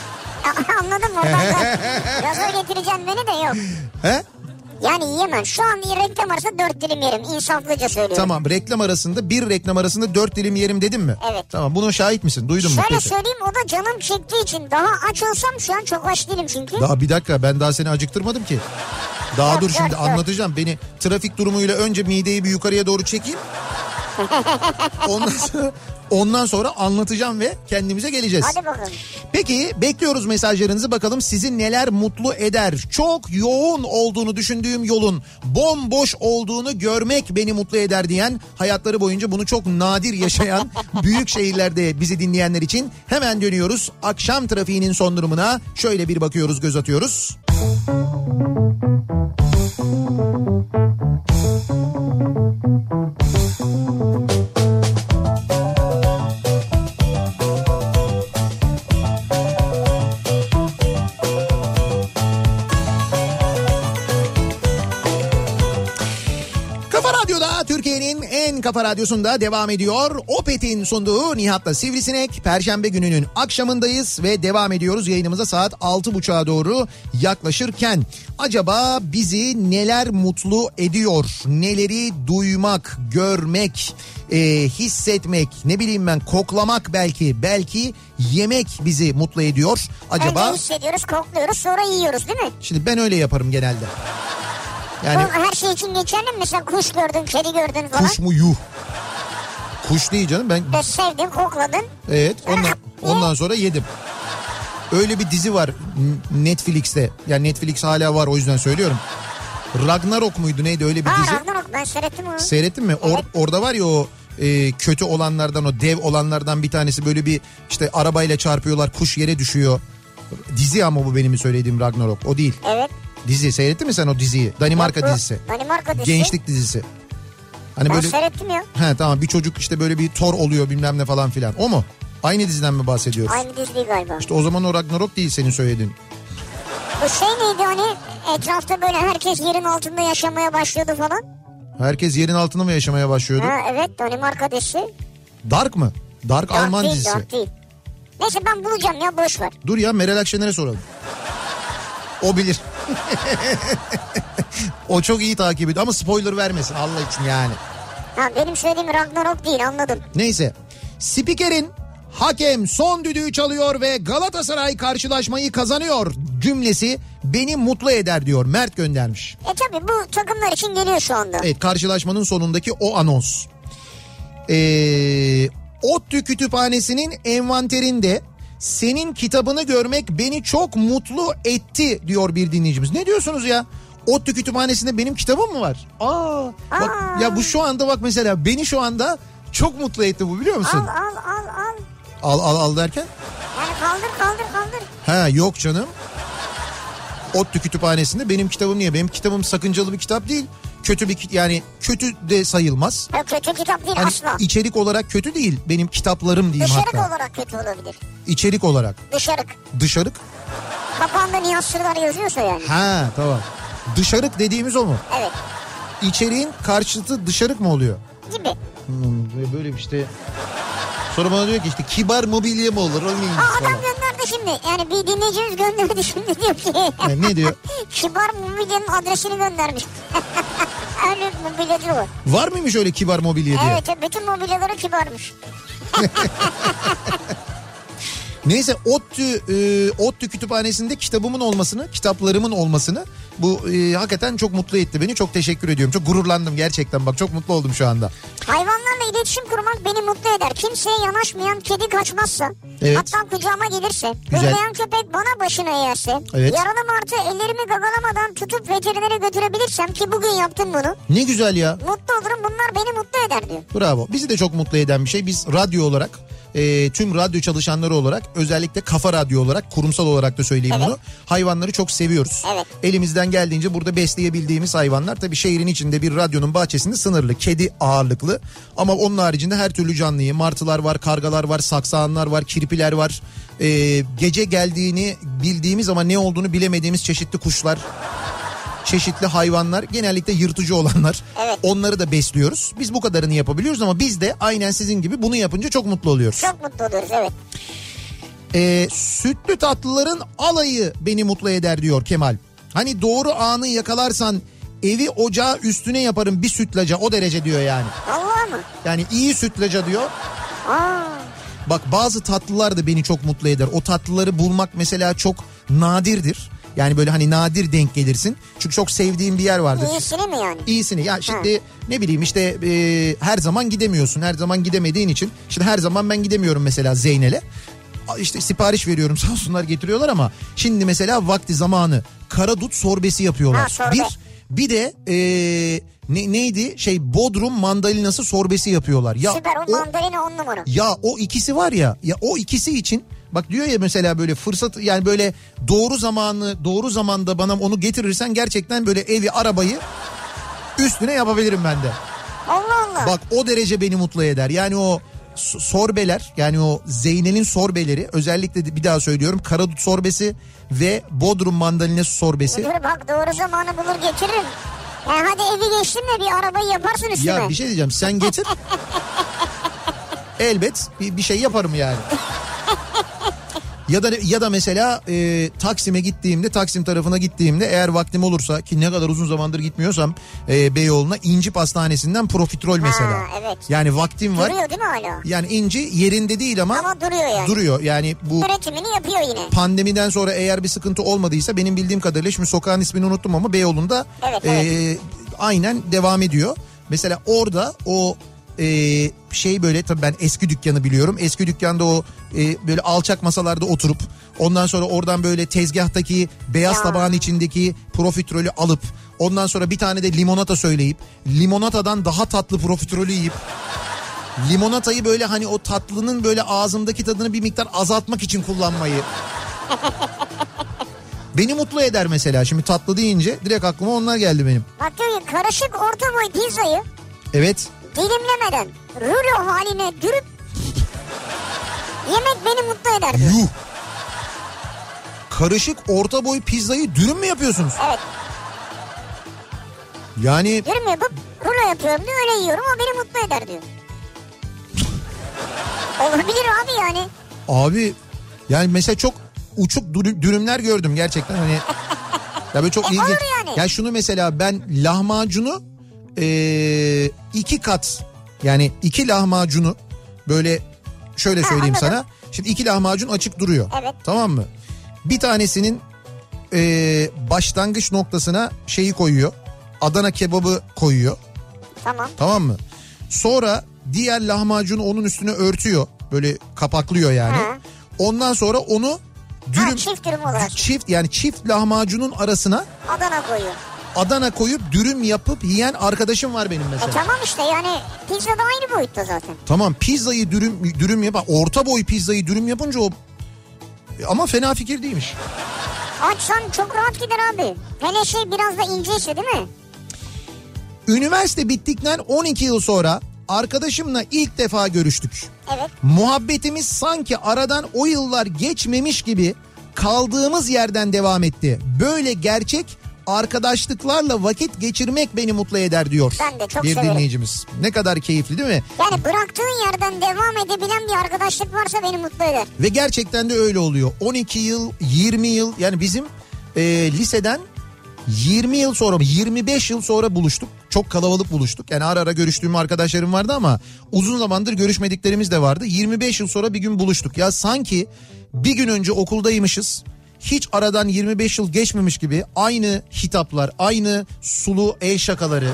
Anladım, oradan da gaza getireceğim beni de yok. he? Yani yiyemem. Şu an reklam arası dört dilim yerim. İnsaflıca söylüyorum. Tamam, reklam arasında bir reklam arasında dört dilim yerim dedim mi? Evet. Tamam, buna şahit misin? Duydun mu? Şöyle Peki. söyleyeyim, o da canım çektiği için daha aç olsam şu an çok aç değilim çünkü. Daha bir dakika, ben daha seni acıktırmadım ki. Daha Yok, dur şimdi yok, yok. anlatacağım. Beni trafik durumuyla önce mideyi bir yukarıya doğru çekeyim. Ondan sonra, ondan sonra anlatacağım ve kendimize geleceğiz. Hadi bakalım. Peki bekliyoruz mesajlarınızı, bakalım sizi neler mutlu eder. Çok yoğun olduğunu düşündüğüm yolun bomboş olduğunu görmek beni mutlu eder diyen, hayatları boyunca bunu çok nadir yaşayan büyük şehirlerde bizi dinleyenler için hemen dönüyoruz. Akşam trafiğinin son durumuna şöyle bir bakıyoruz, göz atıyoruz. Türkiye'nin en kafa radyosunda devam ediyor. Opet'in sunduğu Nihat'la Sivrisinek. Perşembe gününün akşamındayız ve devam ediyoruz yayınımıza saat altı buçuğa doğru yaklaşırken. Acaba bizi neler mutlu ediyor? Neleri duymak, görmek, e, hissetmek, ne bileyim ben koklamak belki, belki yemek bizi mutlu ediyor. Acaba... Önce hissediyoruz, kokluyoruz, sonra yiyoruz değil mi? Şimdi ben öyle yaparım genelde. Yani bu her şey için geçerli mi? Mesela kuş gördün, kedi gördün falan. Kuş mu, yuh. Kuş değil canım ben. De sevdin, kokladın. Evet, ondan, ondan sonra yedim. Öyle bir dizi var Netflix'te. Yani Netflix hala var, o yüzden söylüyorum. Ragnarok muydu neydi, öyle bir ha, dizi. Ragnarok, ben seyrettim onu. Seyrettin mi? Or, Evet. Orada var ya o e, kötü olanlardan, o dev olanlardan bir tanesi, böyle bir işte arabayla çarpıyorlar, kuş yere düşüyor. Dizi ama bu benim söylediğim Ragnarok, o değil. Evet. Dizi seyrettin mi sen o diziyi? Danimarka Yok, bu dizisi. Danimarka dizisi. Gençlik dizisi. Hani ben böyle... seyrettim ya. He tamam, bir çocuk işte böyle bir Thor oluyor bilmem ne falan filan. O mu? Aynı diziden mi bahsediyoruz? Aynı dizi değil galiba. İşte o zaman o Ragnarok değil senin söylediğin. Bu şey neydi hani etrafta böyle herkes yerin altında yaşamaya başlıyordu falan. Herkes yerin altında mı yaşamaya başlıyordu? Ha evet, Danimarka dizisi. Dark mı? Dark, Dark Alman değil, dizisi. Dark değil. Neyse ben bulacağım ya, boş ver. Dur ya, Meral Akşener'e soralım. O bilir. O çok iyi takip ediyor ama spoiler vermesin Allah için yani. Ha, benim söylediğim Ragnarok değil, anladım. Neyse. Spikerin hakem son düdüğü çalıyor ve Galatasaray karşılaşmayı kazanıyor cümlesi beni mutlu eder diyor. Mert göndermiş. E tabi bu takımlar için geliyor şu anda. Evet, karşılaşmanın sonundaki o anons. Ee, ODTÜ Kütüphanesi'nin envanterinde senin kitabını görmek beni çok mutlu etti diyor bir dinleyicimiz. Ne diyorsunuz ya? ODTÜ Kütüphanesi'nde benim kitabım mı var? Aa, bak Aa. ya bu şu anda bak mesela beni şu anda çok mutlu etti bu, biliyor musun? Al al al al. Al al al derken? Yani kaldır kaldır kaldır. Ha yok canım. ODTÜ Kütüphanesi'nde benim kitabım niye? Benim kitabım sakıncalı bir kitap değil. Kötü bir, yani kötü de sayılmaz. Ha, kötü kitap değil Hani asla. içerik olarak kötü değil. Benim kitaplarım diyeyim Dışarık hatta. olarak kötü olabilir. İçerik olarak. Dışarık. Dışarık. Kapağında Nihat Sırdar yazıyorsa yani. Ha tamam. Dışarık dediğimiz o mu? Evet. İçeriğin karşıtı dışarık mı oluyor? Gibi. Hmm, böyle işte. Sonra bana diyor ki işte kibar mobilya mı olur? O neymiş Aa, adam falan. gönderdi şimdi. Yani bir dinleyicimiz gönderdi şimdi diyor ki. Yani ne diyor? Kibar mobilyanın adresini göndermiş. Öyle mobilyacı var. Var mıymış öyle kibar mobilya diye? Evet, bütün mobilyaları kibarmış. Neyse ODTÜ, e, ODTÜ Kütüphanesi'nde kitabımın olmasını, kitaplarımın olmasını bu e, hakikaten çok mutlu etti beni. Çok teşekkür ediyorum. Çok gururlandım gerçekten, bak çok mutlu oldum şu anda. Hayvanlarla iletişim kurmak beni mutlu eder. Kimseye yanaşmayan kedi kaçmazsa, Evet. hatta kucağıma gelirse, Güzel. hırlayan köpek bana başını eğerse, Evet. yaralı martı ellerimi gagalamadan tutup veterinere götürebilirsem, ki bugün yaptım bunu, Ne güzel ya. mutlu olurum, bunlar beni mutlu eder diyor. Bravo. Bizi de çok mutlu eden bir şey. Biz radyo olarak, e, tüm radyo çalışanları olarak, özellikle Kafa Radyo olarak, kurumsal olarak da söyleyeyim Evet. bunu. Hayvanları çok seviyoruz. Evet. Elimizden geldiğince burada besleyebildiğimiz hayvanlar, tabii şehrin içinde bir radyonun bahçesinde sınırlı. Kedi ağırlıklı. Ama onun haricinde her türlü canlıyı, martılar var, kargalar var, saksağanlar var, kirpiler var. E, gece geldiğini bildiğimiz ama ne olduğunu bilemediğimiz çeşitli kuşlar, çeşitli hayvanlar, genellikle yırtıcı olanlar. Evet. Onları da besliyoruz. Biz bu kadarını yapabiliyoruz ama biz de aynen sizin gibi bunu yapınca çok mutlu oluyoruz. Çok mutlu oluyoruz, evet. Ee, sütlü tatlıların alayı beni mutlu eder diyor Kemal. Hani doğru anı yakalarsan evi ocağı üstüne yaparım bir sütlaca, o derece diyor yani. Allah mı? Yani iyi sütlaca diyor. Aa, Bak bazı tatlılar da beni çok mutlu eder. O tatlıları bulmak mesela çok nadirdir. Yani böyle hani nadir denk gelirsin. Çünkü çok sevdiğim bir yer vardır. iyisini mi yani? İyisini. Ya şimdi ne bileyim işte e, her zaman gidemiyorsun. Her zaman gidemediğin için. Şimdi her zaman ben gidemiyorum mesela Zeynel'e. İşte sipariş veriyorum, sağ olsunlar getiriyorlar ama şimdi mesela vakti zamanı karadut sorbesi yapıyorlar. Ha, sorbe. Bir bir de e, ne, neydi şey Bodrum mandalinası sorbesi yapıyorlar. Ya Süper, o, o, mandalina on numara. ya o ikisi var ya, ya o ikisi için bak diyor ya mesela böyle fırsat, yani böyle doğru zamanı doğru zamanda bana onu getirirsen gerçekten böyle evi arabayı üstüne yapabilirim ben de. Allah Allah. Bak o derece beni mutlu eder. Yani o sorbeler, yani o Zeynel'in sorbeleri, özellikle bir daha söylüyorum, karadut sorbesi ve Bodrum mandalinası sorbesi. Dur bak, doğru zamanı bulur getiririm. Yani hadi evi geçtim de bir arabayı yaparsın üstüne. Ya bir şey diyeceğim, sen getir. Elbet bir, bir şey yaparım yani. Ya da ya da mesela e, Taksim'e gittiğimde, Taksim tarafına gittiğimde eğer vaktim olursa, ki ne kadar uzun zamandır gitmiyorsam e, Beyoğlu'na, İnci Pastanesi'nden profiterol mesela. Ha, evet. Yani vaktim var. Duruyor değil mi hala? Yani İnci yerinde değil ama, Ama duruyor yani. duruyor. Yani bu Üretimini yapıyor yine. pandemiden sonra eğer bir sıkıntı olmadıysa, benim bildiğim kadarıyla, şimdi sokağın ismini unuttum ama Beyoğlu'nda Evet, e, evet. aynen devam ediyor. Mesela orada o e, şey böyle, tabii ben eski dükkanı biliyorum. Eski dükkanda o e, böyle alçak masalarda oturup ondan sonra oradan böyle tezgahtaki beyaz Ya. tabağın içindeki profiterolü alıp ondan sonra bir tane de limonata söyleyip limonatadan daha tatlı profiterolü yiyip limonatayı böyle hani o tatlının böyle ağzımdaki tadını bir miktar azaltmak için kullanmayı Beni mutlu eder mesela. Şimdi tatlı deyince direkt aklıma onlar geldi benim. Bak diyor ki karışık orta boy pizzayı Evet. dilimlemeden rulo haline dürüp yemek beni mutlu eder diyor. Yuh. Karışık orta boy pizzayı dürüm mü yapıyorsunuz? Evet. Yani... Dürüm yapıp rulo yapıyorum diyor, öyle yiyorum, o beni mutlu eder diyor. Olabilir abi yani. Abi yani mesela çok uçuk dürümler gördüm gerçekten hani. Ya böyle çok e, ilginç. olur yani. Ya şunu mesela ben lahmacunu ee, iki kat, yani iki lahmacunu böyle şöyle Ha, söyleyeyim anladım. sana. Şimdi iki lahmacun açık duruyor. Evet. Tamam mı? Bir tanesinin ee, başlangıç noktasına şeyi koyuyor. Adana kebabı koyuyor. Tamam. Tamam mı? Sonra diğer lahmacunu onun üstüne örtüyor. Böyle kapaklıyor yani. Ha. Ondan sonra onu dürüm, Ha, çift dürüm olarak. Çift yani çift lahmacunun arasına Adana koyuyor. Adana koyup dürüm yapıp yiyen arkadaşım var benim mesela. E tamam işte yani pizza da aynı boyutta zaten. Tamam, pizzayı dürüm dürüm yap. Orta boy pizzayı dürüm yapınca o, ama fena fikir değilmiş. Açsan çok rahat gider abi. Hele şey biraz da inceyse değil mi? Üniversite bittikten on iki yıl sonra arkadaşımla ilk defa görüştük. Evet. Muhabbetimiz sanki aradan o yıllar geçmemiş gibi kaldığımız yerden devam etti. Böyle gerçek arkadaşlıklarla vakit geçirmek beni mutlu eder diyor. Ben de çok bir severim. dinleyicimiz. Ne kadar keyifli değil mi? Yani bıraktığın yerden devam edebilen bir arkadaşlık varsa beni mutlu eder. Ve gerçekten de öyle oluyor. on iki yıl, yirmi yıl, yani bizim e, liseden yirmi yıl sonra mı yirmi beş yıl sonra buluştuk. Çok kalabalık buluştuk. Yani ara ara görüştüğüm arkadaşlarım vardı ama uzun zamandır görüşmediklerimiz de vardı. yirmi beş yıl sonra bir gün buluştuk. Ya sanki bir gün önce okuldaymışız. Hiç aradan yirmi beş yıl geçmemiş gibi aynı hitaplar, aynı sulu el şakaları.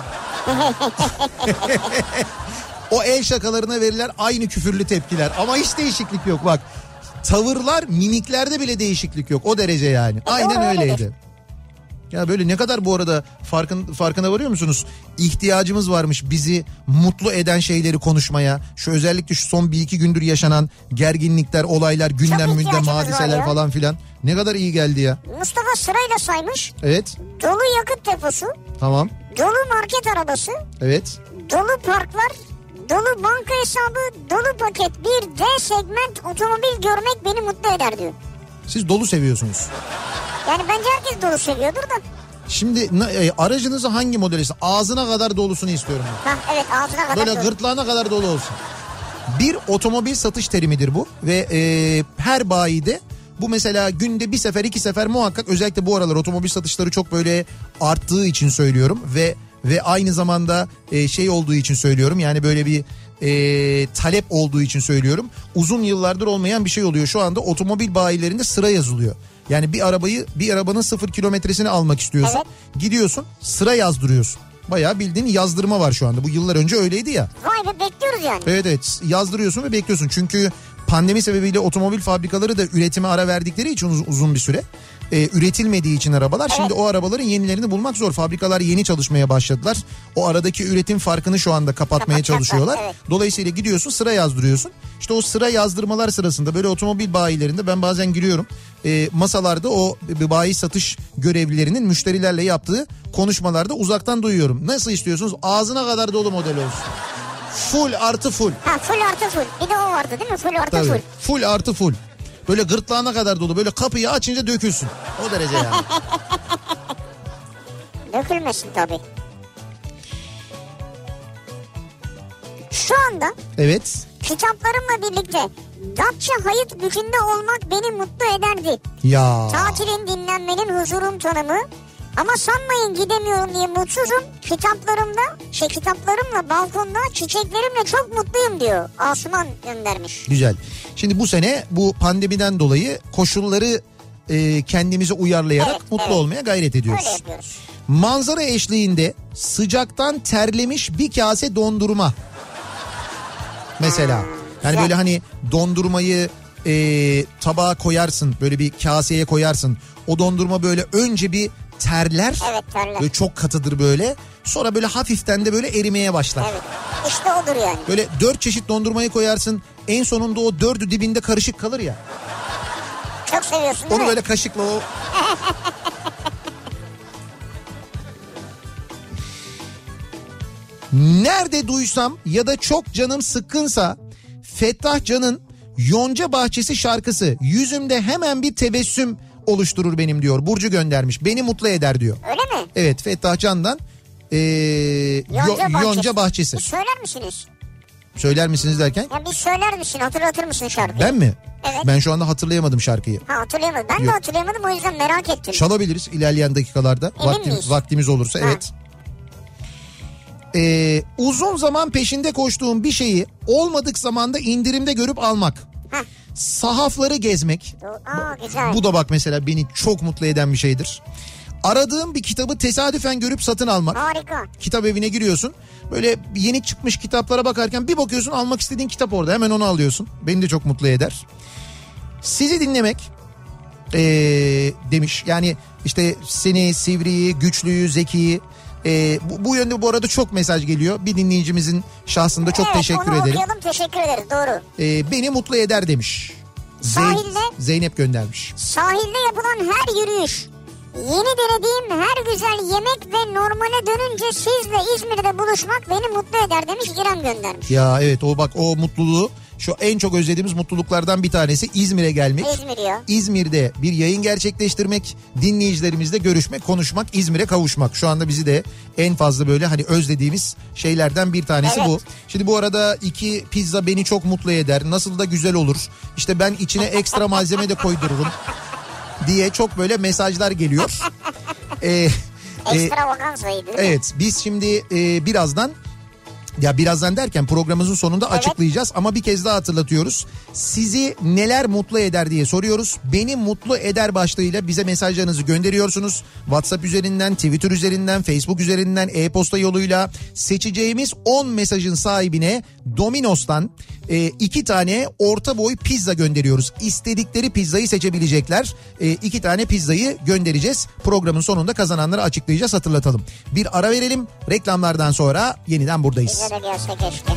O el şakalarına verilen aynı küfürlü tepkiler. Ama hiç değişiklik yok bak. Tavırlar, mimiklerde bile değişiklik yok. O derece yani. Aynen öyleydi. Ya böyle ne kadar bu arada farkın, farkına varıyor musunuz? İhtiyacımız varmış bizi mutlu eden şeyleri konuşmaya. Şu özellikle şu son bir iki gündür yaşanan gerginlikler, olaylar, gündem mündem hadiseler falan filan. Ne kadar iyi geldi ya. Mustafa sırayla saymış. Evet. Dolu yakıt deposu. Tamam. Dolu market arabası. Evet. Dolu parklar. Dolu banka hesabı. Dolu paket. Bir D segment otomobil görmek beni mutlu eder diyor. Siz dolu seviyorsunuz. Yani bence herkes dolu seviyordur da. Şimdi e, aracınızı hangi model istiyorsunuz? Ağzına kadar dolusunu istiyorum ben. Hah, evet, ağzına kadar Böyle dolu. gırtlağına kadar dolu olsun. Bir otomobil satış terimidir bu ve e, her bayide bu mesela günde bir sefer iki sefer muhakkak, özellikle bu aralar otomobil satışları çok böyle arttığı için söylüyorum ve ve aynı zamanda e, şey olduğu için söylüyorum, yani böyle bir e, talep olduğu için söylüyorum. Uzun yıllardır olmayan bir şey oluyor. Şu anda otomobil bayilerinde sıra yazılıyor. Yani bir arabayı, bir arabanın sıfır kilometresini almak istiyorsun. Evet. Gidiyorsun, sıra yazdırıyorsun. Bayağı bildiğin yazdırma var şu anda. Bu yıllar önce öyleydi ya. Vay be, bekliyoruz yani. Evet evet, yazdırıyorsun ve bekliyorsun. Çünkü pandemi sebebiyle otomobil fabrikaları da üretime ara verdikleri için uz- uzun bir süre e, üretilmediği için arabalar. Evet. Şimdi o arabaların yenilerini bulmak zor. Fabrikalar yeni çalışmaya başladılar. O aradaki üretim farkını şu anda kapatmaya çalışıyorlar. Evet. Dolayısıyla gidiyorsun, sıra yazdırıyorsun. İşte o sıra yazdırmalar sırasında böyle otomobil bayilerinde ben bazen giriyorum. E, masalarda o bayi satış görevlilerinin müşterilerle yaptığı konuşmalarda uzaktan duyuyorum. Nasıl istiyorsunuz? Ağzına kadar dolu model olsun. Full artı full. Ha, full artı full. Bir de o vardı değil mi? Full artı Tabii. full. Full artı full. Böyle gırtlağına kadar dolu. Böyle kapıyı açınca dökülsün. O derece yani. Dökülmesin tabii. Şu anda evet. kitaplarımla birlikte Datça Hayıt Bükü'nde olmak beni mutlu ederdi. Ya. Tatilin, dinlenmenin, huzurun tanımı. Ama sanmayın gidemiyorum diye mutsuzum. Kitaplarımda, şey kitaplarımla balkonda çiçeklerimle çok mutluyum diyor. Asuman göndermiş. Güzel. Şimdi bu sene bu pandemiden dolayı koşulları e, kendimize uyarlayarak evet, mutlu evet. olmaya gayret ediyoruz. Öyle yapıyoruz. Manzara eşliğinde sıcaktan terlemiş bir kase dondurma. Mesela. Hmm, yani güzel. Böyle hani dondurmayı e, tabağa koyarsın, böyle bir kaseye koyarsın. O dondurma böyle önce bir terler. Evet, terler. Böyle çok katıdır böyle. Sonra böyle hafiften de böyle erimeye başlar. Evet. İşte odur yani. Böyle dört çeşit dondurmayı koyarsın. En sonunda o dördü dibinde karışık kalır ya. Çok seviyorsun değil Onu mi? böyle kaşıkla o Nerede duysam ya da çok canım sıkkınsa Fettah Can'ın Yonca Bahçesi şarkısı yüzümde hemen bir tebessüm oluşturur benim diyor. Burcu göndermiş. Beni mutlu eder diyor. Öyle mi? Evet, Fettah Can'dan ee, Yonca, Yo, Bahçesi. Yonca Bahçesi. Bir söyler misiniz? Söyler misiniz derken? Ya bir söyler misin? Hatırlatır mısın şarkıyı? Ben mi? Evet. Ben şu anda hatırlayamadım şarkıyı. Ha hatırlayamadım. Ben Yok. de hatırlayamadım, o yüzden merak ettim. Çalabiliriz ilerleyen dakikalarda. Emin Vaktim, miyiz? vaktimiz olursa Ha. evet. Ee, uzun zaman peşinde koştuğum bir şeyi olmadık zamanda indirimde görüp almak. Heh. Sahafları gezmek. Aa güzel. Bu da bak mesela beni çok mutlu eden bir şeydir. Aradığım bir kitabı tesadüfen görüp satın almak. Harika. Kitap evine giriyorsun. Böyle yeni çıkmış kitaplara bakarken bir bakıyorsun almak istediğin kitap orada. Hemen onu alıyorsun. Beni de çok mutlu eder. Sizi dinlemek ee, demiş. Yani işte seni, Sivri'yi, Güçlü'yü, Zeki'yi. Ee, bu, bu yönde bu arada çok mesaj geliyor. Bir dinleyicimizin şahsında çok evet, teşekkür onu ederim. okuyalım, teşekkür ederiz, doğru. Ee, beni mutlu eder demiş. Sahilde. Zeynep göndermiş. Sahilde yapılan her yürüyüş, yeni denediğim her güzel yemek ve normale dönünce sizle İzmir'de buluşmak beni mutlu eder demiş, İrem göndermiş. Ya evet, o bak o mutluluğu, şu en çok özlediğimiz mutluluklardan bir tanesi İzmir'e gelmek. İzmir ya. İzmir'de bir yayın gerçekleştirmek, dinleyicilerimizle görüşmek, konuşmak, İzmir'e kavuşmak. Şu anda bizi de en fazla böyle hani özlediğimiz şeylerden bir tanesi evet. bu. Şimdi bu arada iki pizza beni çok mutlu eder. Nasıl da güzel olur. İşte ben içine ekstra malzeme de koydururum diye çok böyle mesajlar geliyor. Ee, Ekstravaganzaydı. e, evet, biz şimdi e, birazdan, ya birazdan derken programımızın sonunda evet. açıklayacağız ama bir kez daha hatırlatıyoruz. Sizi neler mutlu eder diye soruyoruz. Beni mutlu eder başlığıyla bize mesajlarınızı gönderiyorsunuz. WhatsApp üzerinden, Twitter üzerinden, Facebook üzerinden, e-posta yoluyla seçeceğimiz on mesajın sahibine Domino's'tan e, iki tane orta boy pizza gönderiyoruz. İstedikleri pizzayı seçebilecekler. E, iki tane pizzayı göndereceğiz. Programın sonunda kazananları açıklayacağız, hatırlatalım. Bir ara verelim. Reklamlardan sonra yeniden buradayız. Bize de gelse keşke.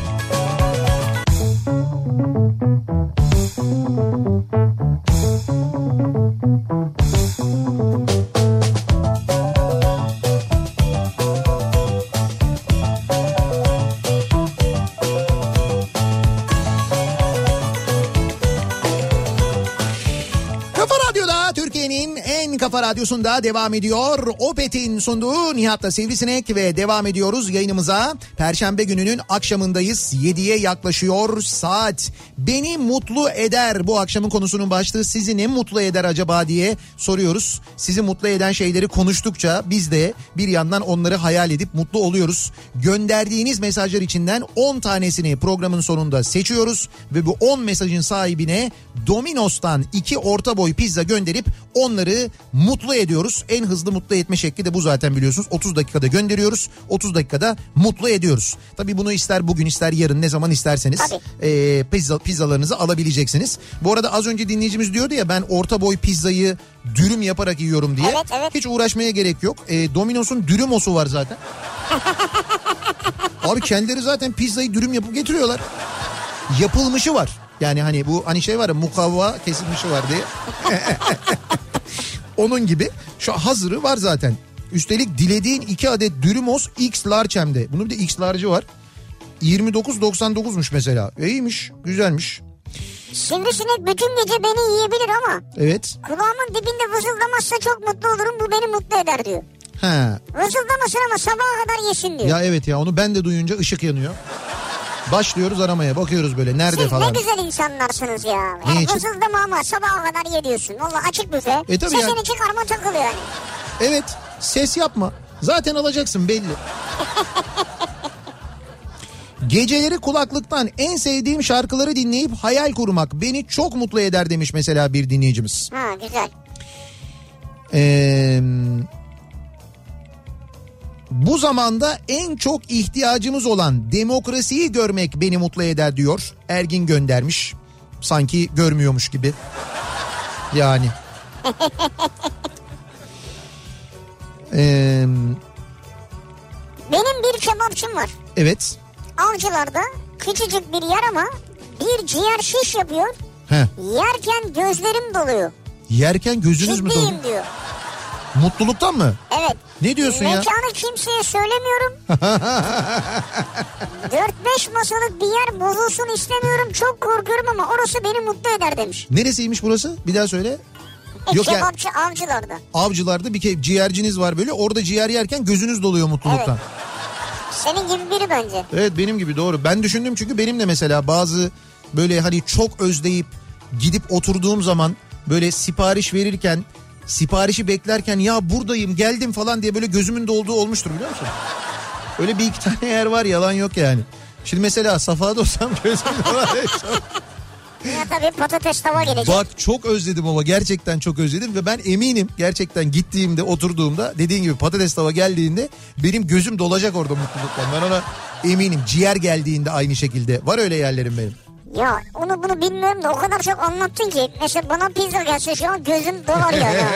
Kafa Radyosu'nda devam ediyor. Opet'in sunduğu Nihat'la Sivrisinek ve devam ediyoruz yayınımıza. Perşembe gününün akşamındayız. yediye yaklaşıyor saat. Beni mutlu eder, bu akşamın konusunun başlığı. Sizi ne mutlu eder acaba diye soruyoruz. Sizi mutlu eden şeyleri konuştukça biz de bir yandan onları hayal edip mutlu oluyoruz. Gönderdiğiniz mesajlar içinden on tanesini programın sonunda seçiyoruz ve bu on mesajın sahibine Domino's'tan iki orta boy pizza gönderip onları mutlu ediyoruz. En hızlı mutlu etme şekli de bu zaten, biliyorsunuz. otuz dakikada gönderiyoruz. otuz dakikada mutlu ediyoruz. Tabii bunu ister bugün ister yarın, ne zaman isterseniz e, pizza, pizzalarınızı alabileceksiniz. Bu arada az önce dinleyicimiz diyordu ya, ben orta boy pizzayı dürüm yaparak yiyorum diye. Evet, evet. Hiç uğraşmaya gerek yok. E, Domino's'un dürümosu var zaten. Abi kendileri zaten pizzayı dürüm yapıp getiriyorlar. Yapılmışı var. Yani hani bu hani şey var ya, mukavva kesilmişi var diye. Onun gibi şu hazırı var zaten. Üstelik dilediğin iki adet dürümos X large hem de. Bunun bir de X large'ı var. yirmi dokuz doksan dokuzmuş mesela. İyiymiş, güzelmiş. Sivrisinek bütün gece beni yiyebilir ama evet, kulağımın dibinde vızıldamazsa çok mutlu olurum, bu beni mutlu eder diyor. He. Vızıldamasın ama sabaha kadar yesin diyor. Ya evet ya, onu ben de duyunca ışık yanıyor. Başlıyoruz aramaya, bakıyoruz böyle nerede Siz falan. Siz ne güzel insanlarsınız ya. Yani vızıldama ama sabaha kadar ye diyorsun. Valla açık büfe. E, sesini yani. çıkarma takılıyor yani. Evet, ses yapma. Zaten alacaksın belli. Geceleri kulaklıktan en sevdiğim şarkıları dinleyip hayal kurmak beni çok mutlu eder demiş mesela bir dinleyicimiz. Ha güzel. Eee... Bu zamanda en çok ihtiyacımız olan demokrasiyi görmek beni mutlu eder diyor. Ergin göndermiş. Sanki görmüyormuş gibi. Yani. ee, Benim bir kebapçım var. Evet. Avcılarda küçücük bir yer ama bir ciğer şiş yapıyor. Heh. Yerken gözlerim doluyor. Yerken gözünüz mü doluyor? Ciddiyim diyor. Mutluluktan mı? Evet. Ne diyorsun ya? Mekanı kimseye söylemiyorum. dört beş masalık bir yer bozulsun istemiyorum. Çok korkuyorum ama orası beni mutlu eder demiş. Neresiymiş burası? Bir daha söyle. E, Yok kebapçı yani, Avcılar'da. Avcılar'da bir ke- ciğerciniz var böyle. Orada ciğer yerken gözünüz doluyor mutluluktan. Evet. Senin gibi biri bence. Evet, benim gibi, doğru. Ben düşündüm çünkü benim de mesela bazı böyle hani çok özleyip gidip oturduğum zaman böyle sipariş verirken, siparişi beklerken ya buradayım geldim falan diye böyle gözümün dolduğu olmuştur, biliyor musun? Öyle bir iki tane yer var, yalan yok yani. Şimdi mesela Safa'da olsam gözüm dolar. Ya tabii patates tava gelecek. Bak çok özledim ama gerçekten çok özledim ve ben eminim gerçekten gittiğimde, oturduğumda, dediğin gibi patates tava geldiğinde benim gözüm dolacak orada mutluluktan. Ben ona eminim. Ciğer geldiğinde aynı şekilde. Var öyle yerlerim benim. Ya onu bunu bilmiyorum da o kadar çok anlattın ki. Mesela bana pizza gelse şu an gözüm dolar ya. Ya,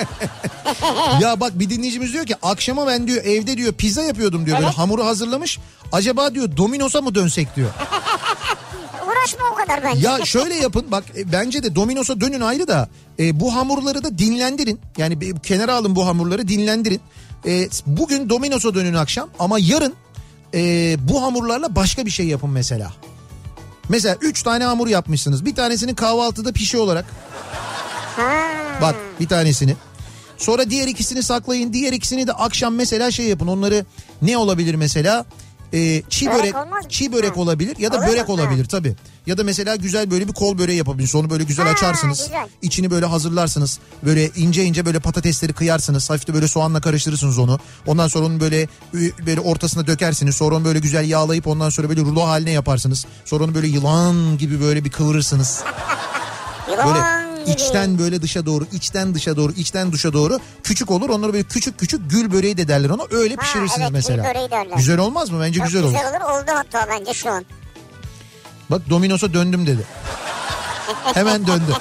ya bak bir dinleyicimiz diyor ki akşama ben diyor evde diyor pizza yapıyordum diyor. Evet. Böyle hamuru hazırlamış. Acaba diyor Domino's'a mı dönsek diyor. Uğraşma o kadar bence. Ya şöyle yapın bak, e, bence de Domino's'a dönün ayrı da e, bu hamurları da dinlendirin. Yani bir, kenara alın bu hamurları, dinlendirin. E, bugün Domino's'a dönün akşam ama yarın e, bu hamurlarla başka bir şey yapın mesela. Mesela üç tane hamur yapmışsınız. Bir tanesini kahvaltıda pişi olarak. Ha. Bak bir tanesini. Sonra diğer ikisini saklayın. Diğer ikisini de akşam mesela şey yapın. Onları ne olabilir mesela? Ee, çiğ börek, börek çiğ börek ha. olabilir ya da Olur börek mu? olabilir ha. tabii. Ya da mesela güzel böyle bir kol böreği yapabilirsiniz. Onu böyle güzel ha, açarsınız. Güzel. İçini böyle hazırlarsınız. Böyle ince ince böyle patatesleri kıyarsınız. Hafif de böyle soğanla karıştırırsınız onu. Ondan sonra onu böyle böyle ortasına dökersiniz. Sonra onu böyle güzel yağlayıp ondan sonra böyle rulo haline yaparsınız. Sonra onu böyle yılan gibi böyle bir kıvırırsınız. Böyle içten böyle dışa doğru, içten dışa doğru, içten dışa doğru küçük olur. Onları böyle küçük küçük gül böreği de derler ona. Öyle ha, pişirirsiniz evet, mesela. Gül böreği derler. Güzel olmaz mı? Bence Çok güzel olur. Güzel olur. Oldu hatta bence şu an. Bak Domino's'a döndüm dedi. Hemen döndü.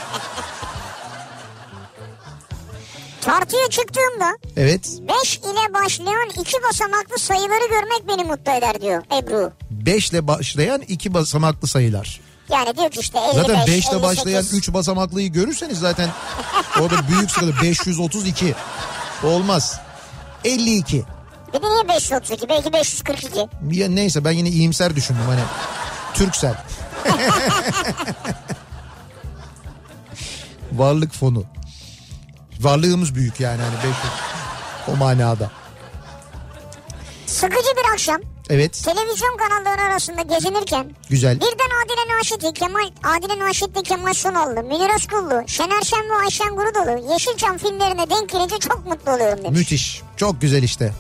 Tartıya çıktığımda evet. beş ile başlayan iki basamaklı sayıları görmek beni mutlu eder diyor Ebru. beş ile başlayan iki basamaklı sayılar. Yani diyor ki işte elli beş, zaten beş ile başlayan üç basamaklıyı görürseniz zaten orada büyük sıkıntı. beş yüz otuz iki olmaz. elli iki. Bir de niye beş yüz otuz iki? Belki beş yüz kırk iki. Ya neyse, ben yine iyimser düşündüm hani. Türksel. Varlık fonu. Varlığımız büyük yani hani beş yüz o manada. Sıkıcı bir akşam. Evet. Televizyon kanalları arasında gezinirken. Güzel. Birden Adile Naşit'i, Kemal, Adile Naşit'le Kemal Sunallı, Münir Özkullu, Şener Şen ve Ayşen Gurudoğlu, Yeşilçam filmlerine denk gelince çok mutlu oluyorum demiş. Müthiş. Çok güzel işte.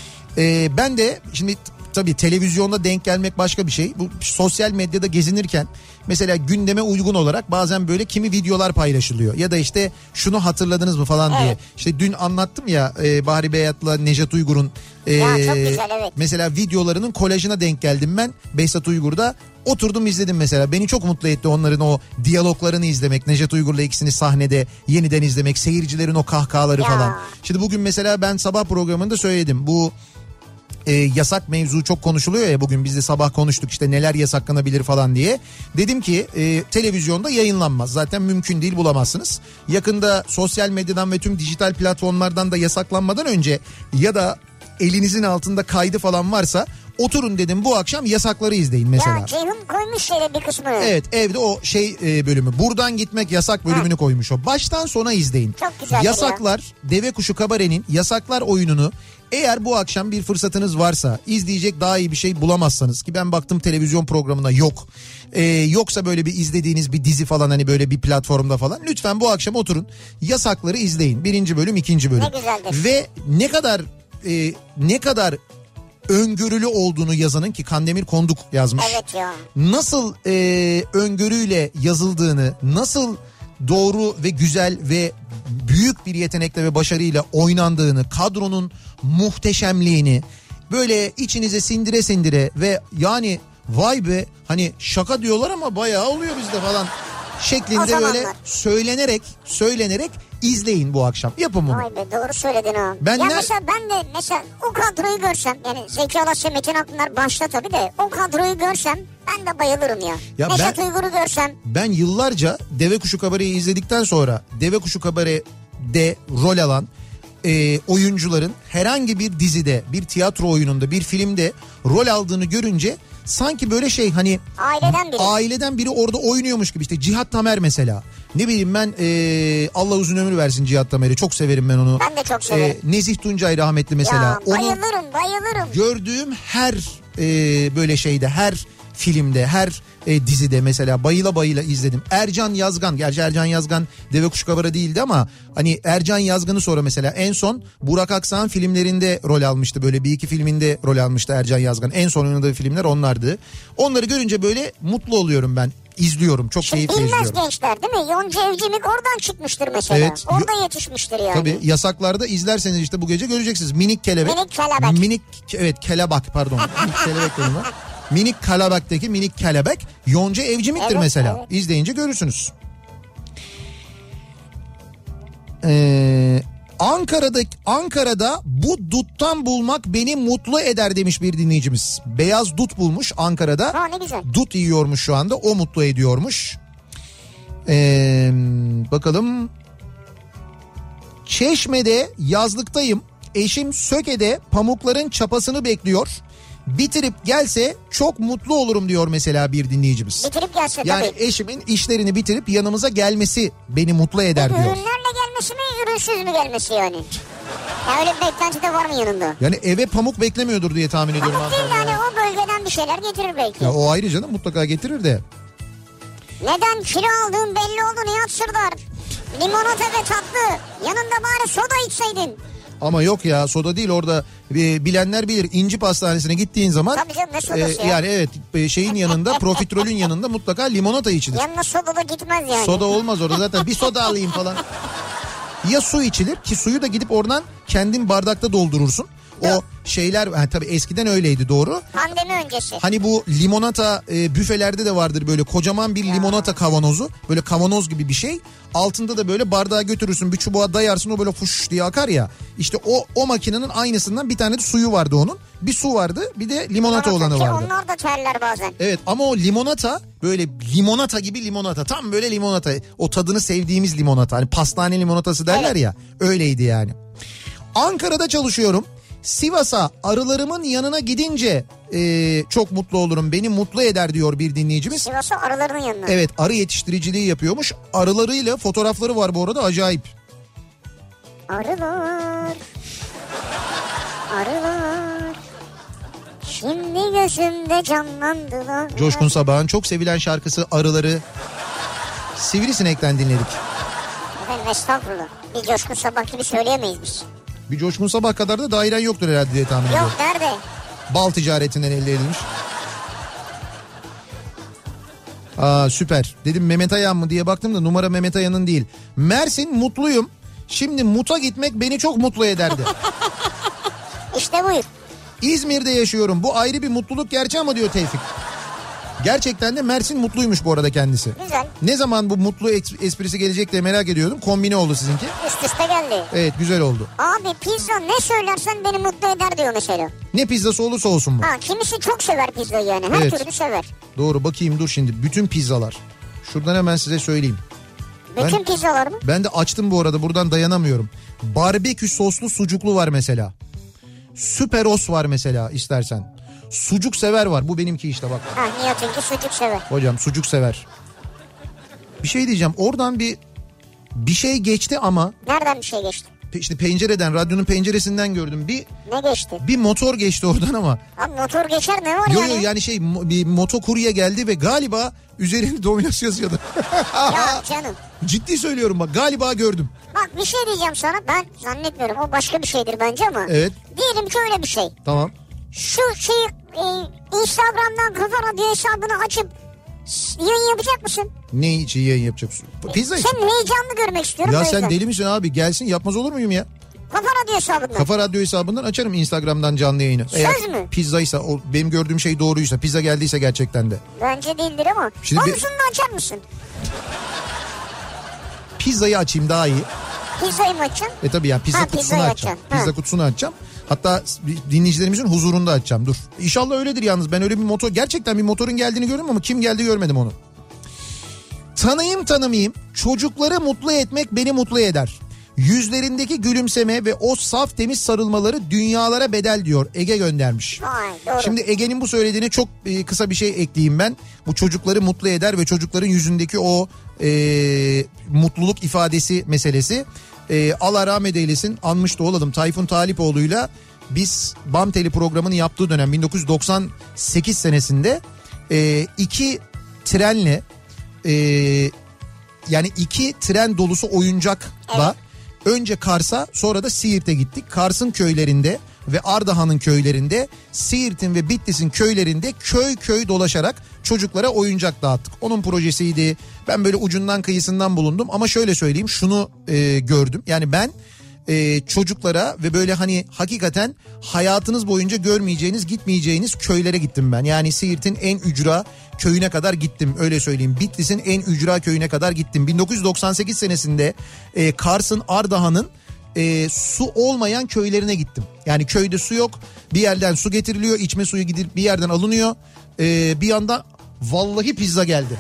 Ee, ben de şimdi tabii televizyonda denk gelmek başka bir şey. Bu sosyal medyada gezinirken mesela gündeme uygun olarak bazen böyle kimi videolar paylaşılıyor. Ya da işte şunu hatırladınız mı falan evet. diye. İşte dün anlattım ya e, Bahri Beyat'la Nejat Uygur'un e, ya çok güzel, evet. mesela videolarının kolajına denk geldim ben Behzat Uygur'da. Oturdum izledim mesela. Beni çok mutlu etti onların o diyaloglarını izlemek. Nejat Uygur'la ikisini sahnede yeniden izlemek. Seyircilerin o kahkahaları ya. falan. Şimdi bugün mesela ben sabah programında söyledim. Bu E, yasak mevzu çok konuşuluyor ya, bugün biz de sabah konuştuk işte neler yasaklanabilir falan diye. Dedim ki e, televizyonda yayınlanmaz, zaten mümkün değil, bulamazsınız. Yakında sosyal medyadan ve tüm dijital platformlardan da yasaklanmadan önce ya da elinizin altında kaydı falan varsa oturun dedim bu akşam yasakları izleyin mesela. Ya Ceyhun koymuş şöyle bir kısmını. Evet, evde o şey e, bölümü, buradan gitmek yasak bölümünü ha. koymuş o. Baştan sona izleyin. Çok güzel. Yasaklar ya. Deve Kuşu Kabare'nin Yasaklar oyununu eğer bu akşam bir fırsatınız varsa, izleyecek daha iyi bir şey bulamazsanız, ki ben baktım televizyon programına yok. Ee, yoksa böyle bir izlediğiniz bir dizi falan hani böyle bir platformda falan, lütfen bu akşam oturun Yasakları izleyin. Birinci bölüm, ikinci bölüm. Ne güzeldir. Ve ne kadar e, ne kadar öngörülü olduğunu yazanın, ki Kandemir Konduk yazmış. Evet ya. Nasıl e, öngörüyle yazıldığını, nasıl doğru ve güzel ve büyük bir yetenekle ve başarıyla oynandığını, kadronun muhteşemliğini böyle içinize sindire sindire ve yani vay be hani şaka diyorlar ama bayağı oluyor bizde falan şeklinde böyle söylenerek söylenerek izleyin bu akşam. Yapın bunu. Vay be, doğru söyledin ha. Ben ya ne... mesela ben de mesela o kadroyu görsem, yani Zeki Alasya, Metin Akpınar başta tabii de, o kadroyu görsem ben de bayılırım ya. ya Neşet ben, Uygur'u görsem. Ben yıllarca Deve Kuşu Kabare'yi izledikten sonra Deve Kuşu Kabare'de rol alan e, oyuncuların herhangi bir dizide, bir tiyatro oyununda, bir filmde rol aldığını görünce sanki böyle şey hani aileden biri. Aileden biri orada oynuyormuş gibi. İşte Cihat Tamer mesela. Ne bileyim ben e, Allah uzun ömür versin Cihat Tamer'i. Çok severim ben onu. Ben de çok severim. E, Nezih Tuncay rahmetli mesela. Ya, bayılırım onu bayılırım. Gördüğüm her e, böyle şeyde, her filmde, her e, dizide mesela bayıla bayıla izledim. Ercan Yazgan, gerçi Ercan Yazgan Deve Kuş Kabara değildi ama hani Ercan Yazgan'ı sonra mesela en son Burak Aksan filmlerinde rol almıştı. Böyle bir iki filminde rol almıştı Ercan Yazgan. En son oynadığı filmler onlardı. Onları görünce böyle mutlu oluyorum ben. İzliyorum, çok Şimdi keyifle bilmez izliyorum. gençler değil mi? Yonca Evcimik oradan çıkmıştır mesela. Evet. Orada yetişmiştir yani. Tabii yasaklarda izlerseniz işte bu gece göreceksiniz. Minik kelebek. Minik kelebek. Minik, evet kelebek pardon. Minik kelebek dedim ben. Minik Kelebek'teki minik kelebek Yonca Evcimik'tir evet, mesela. Evet. İzleyince görürsünüz. Ee, Ankara'da Ankara'da bu duttan bulmak beni mutlu eder demiş bir dinleyicimiz. Beyaz dut bulmuş Ankara'da. Ha ne güzel. Dut yiyormuş şu anda, o mutlu ediyormuş. Ee, bakalım. Çeşme'de yazlıktayım. Eşim Söke'de pamukların çapasını bekliyor. Bitirip gelse çok mutlu olurum diyor mesela bir dinleyicimiz. Bitirip gelse yani tabii. eşimin işlerini bitirip yanımıza gelmesi beni mutlu eder diyor. Ürünlerle gelmesi mi, ürünsüz mü gelmesi yani? Ya öyle bir beklenti de var mı yanında? Yani eve pamuk beklemiyordur diye tahmin ediyorum. Pamuk değil yani, o bölgeden bir şeyler getirir belki. Ya o ayrı canım, mutlaka getirir de. Neden kilo aldığın belli oldu Nihat Sırdar. Limonata ve tatlı. Yanında bari soda içseydin. Ama yok ya, soda değil orada, e, bilenler bilir, İnci Pastanesi'ne gittiğin zaman. Tabii canım, ne sodası e, ya? Yani evet, e, şeyin yanında profiterolün yanında mutlaka limonata içilir. Yanına soda da gitmez yani. Soda olmaz orada, zaten bir soda alayım falan. Ya su içilir ki suyu da gidip oradan kendin bardakta doldurursun. O Yok. şeyler yani tabii eskiden öyleydi, doğru. Pandemi öncesi. Hani bu limonata e, büfelerde de vardır böyle kocaman bir limonata kavanozu. Böyle kavanoz gibi bir şey. Altında da böyle bardağı götürürsün, bir çubuğa dayarsın, o böyle fuş diye akar ya. İşte o o makinenin aynısından bir tane de suyu vardı onun. Bir su vardı, bir de limonata olanı vardı. Onlar da terler bazen. Evet ama o limonata böyle limonata gibi limonata. Tam böyle limonata. O tadını sevdiğimiz limonata. Hani pastane limonatası derler evet. ya. Öyleydi yani. Ankara'da çalışıyorum. Sivas'a arılarımın yanına gidince e, çok mutlu olurum. Beni mutlu eder diyor bir dinleyicimiz. Sivas'a arıların yanına. Evet, arı yetiştiriciliği yapıyormuş. Arılarıyla fotoğrafları var bu arada, acayip. Arılar. Arılar. Şimdi gözümde canlandılar. Coşkun Sabah'ın çok sevilen şarkısı Arıları. Sivrisinek'ten dinledik. Efendim estağfurullah. Bir Coşkun Sabah gibi söyleyemeyiz biz. Bir Coşkun Sabah kadar da dairen yoktur herhalde diye tahmin ediyorum. Yok, nerede? Bal ticaretinden elde edilmiş. Aa süper. Dedim Mehmet Ayan mı diye baktım da numara Mehmet Ayan'ın değil. Mersin, mutluyum. Şimdi Mut'a gitmek beni çok mutlu ederdi. İşte buyur. İzmir'de yaşıyorum. Bu ayrı bir mutluluk gerçi ama diyor Tevfik. Gerçekten de Mersin mutluymuş bu arada kendisi. Güzel. Ne zaman bu mutlu esprisi gelecek diye merak ediyordum. Kombine oldu sizinki. Üst üste geldi. Evet, güzel oldu. Abi pizza ne söylersen beni mutlu eder diyor mesela. Ne pizzası olursa olsun bu. Ha, kimisi çok sever pizzayı yani. Her Evet. türlü sever. Doğru, bakayım dur şimdi. Bütün pizzalar. Şuradan hemen size söyleyeyim. Bütün Ben- pizzalar mı? Ben de açtım bu arada, buradan dayanamıyorum. Barbekü soslu sucuklu var mesela. Süperos var mesela istersen. Sucuk sever var, bu benimki işte bak. Ha, Nihat'ınki sucuk sever. Hocam sucuk sever. Bir şey diyeceğim, oradan bir bir şey geçti ama Nereden bir şey geçti? pe- işte pencereden, radyonun penceresinden gördüm. Bir Ne geçti? bir motor geçti oradan ama. Abi motor geçer, ne var Yo yani? yo yani şey mo- bir motokurye geldi ve galiba üzerinde Domino's yazıyordu. Ya canım. Ciddi söylüyorum bak, galiba gördüm. Bak bir şey diyeceğim sana, ben zannetmiyorum, o başka bir şeydir bence ama. Evet. Diyelim ki öyle bir şey. Tamam. Şu şeyi e, Instagram'dan Kafa Radyo hesabını açıp s- yayın yapacak mısın? Ne için yayın yapacaksın? Pizza için. Sen heyecanlı görmek istiyorum. Ya o sen yüzden. deli misin abi? Gelsin, yapmaz olur muyum ya? Kafa Radyo hesabından. Kafa Radyo hesabından açarım Instagram'dan canlı yayını. Söz Eğer mü? pizzaysa, o benim gördüğüm şey doğruysa, pizza geldiyse gerçekten de. Bence değildir ama. Şimdi bir- Konusunu da açar mısın? Pizzayı açayım daha iyi. Pizzayı mı açacaksın? E tabii yani pizza Ha, kutusunu pizzayı açacağım. açacaksın. Pizza Ha. kutusunu açacağım. Hatta dinleyicilerimizin huzurunda açacağım. Dur. İnşallah öyledir yalnız. Ben öyle bir motor, gerçekten bir motorun geldiğini gördüm ama kim geldi görmedim onu. Tanıyım tanımayayım, çocukları mutlu etmek beni mutlu eder. Yüzlerindeki gülümseme ve o saf temiz sarılmaları dünyalara bedel diyor. Ege göndermiş. Vay, doğru. Şimdi Ege'nin bu söylediğine çok e, kısa bir şey ekleyeyim ben. Bu çocukları mutlu eder ve çocukların yüzündeki o e, mutluluk ifadesi meselesi. E, Allah rahmet eylesin, anmış da olalım, Tayfun Talipoğlu'yla biz Bam Teli programını yaptığı dönem bin dokuz yüz doksan sekiz senesinde e, iki trenle e, yani iki tren dolusu oyuncakla evet. önce Kars'a sonra da Siirt'e gittik. Kars'ın köylerinde ve Ardahan'ın köylerinde, Siirt'in ve Bitlis'in köylerinde köy köy dolaşarak çocuklara oyuncak dağıttık. Onun projesiydi. Ben böyle ucundan kıyısından bulundum ama şöyle söyleyeyim, şunu e, gördüm. Yani ben e, çocuklara ve böyle hani hakikaten hayatınız boyunca görmeyeceğiniz, gitmeyeceğiniz köylere gittim ben. Yani Siirt'in en ücra köyüne kadar gittim, öyle söyleyeyim. Bitlis'in en ücra köyüne kadar gittim. bin dokuz yüz doksan sekiz senesinde e, Kars'ın, Ardahan'ın e, su olmayan köylerine gittim. Yani köyde su yok, bir yerden su getiriliyor, içme suyu gidip bir yerden alınıyor. E, bir anda vallahi pizza geldi.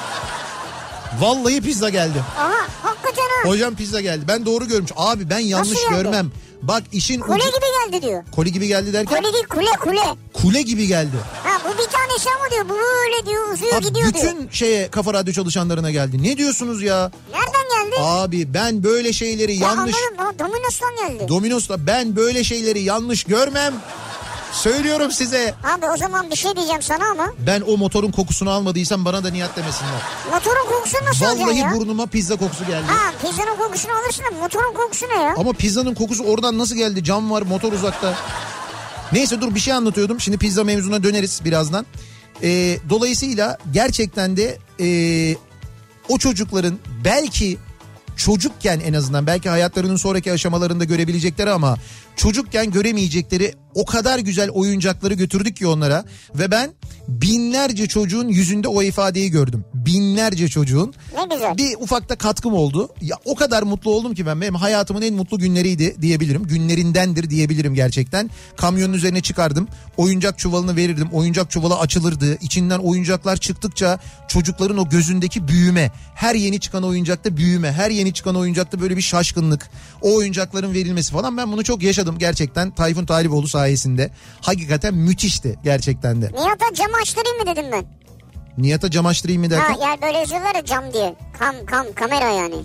Vallahi pizza geldi. Aha, hakikaten ha. Hocam pizza geldi. Ben doğru görmüş. Abi ben yanlış görmem. Bak işin kule ucu... gibi geldi diyor. Koli gibi geldi derken? Kule değil, kule kule. Kule gibi geldi. Ha, bu bir tanesi ama diyor, bu böyle diyor, uzuyor Abi gidiyor bütün diyor. Bütün şeye, Kafa Radyo çalışanlarına geldi. Ne diyorsunuz ya? Nereden geldi? Abi ben böyle şeyleri ya yanlış... Anladım, Domino's'tan geldi. Domino's'ta ben böyle şeyleri yanlış görmem. Söylüyorum size. Abi o zaman bir şey diyeceğim sana ama. Ben o motorun kokusunu almadıysam bana da Nihat demesinler. Motorun kokusunu nasıl alacaksın ya? Vallahi burnuma pizza kokusu geldi. Ha, pizzanın kokusunu alırsın da motorun kokusu ne ya? Ama pizzanın kokusu oradan nasıl geldi? Cam var, motor uzakta. Neyse dur, bir şey anlatıyordum. Şimdi pizza mevzuna döneriz birazdan. Ee, dolayısıyla gerçekten de e, o çocukların belki çocukken, en azından belki hayatlarının sonraki aşamalarında görebilecekleri ama çocukken göremeyecekleri o kadar güzel oyuncakları götürdük ki onlara. Ve ben binlerce çocuğun yüzünde o ifadeyi gördüm. Binlerce çocuğun. Ne güzel. Bir ufakta katkım oldu. Ya o kadar mutlu oldum ki ben, benim hayatımın en mutlu günleriydi diyebilirim. Günlerindendir diyebilirim gerçekten. Kamyonun üzerine çıkardım. Oyuncak çuvalını verirdim. Oyuncak çuvalı açılırdı. İçinden oyuncaklar çıktıkça çocukların o gözündeki büyüme. Her yeni çıkan oyuncakta büyüme. Her yeni çıkan oyuncakta böyle bir şaşkınlık. O oyuncakların verilmesi falan. Ben bunu çok yaşadım gerçekten. Tayfun Talipoğlu sayesinde. Hakikaten müthişti gerçekten de. Nihat'a cam açtırayım mı dedim ben. Nihat'a cam açtırayım mı derken? Ha, yani böyle yazıyorlar ya cam diye. Kam kam kamera yani.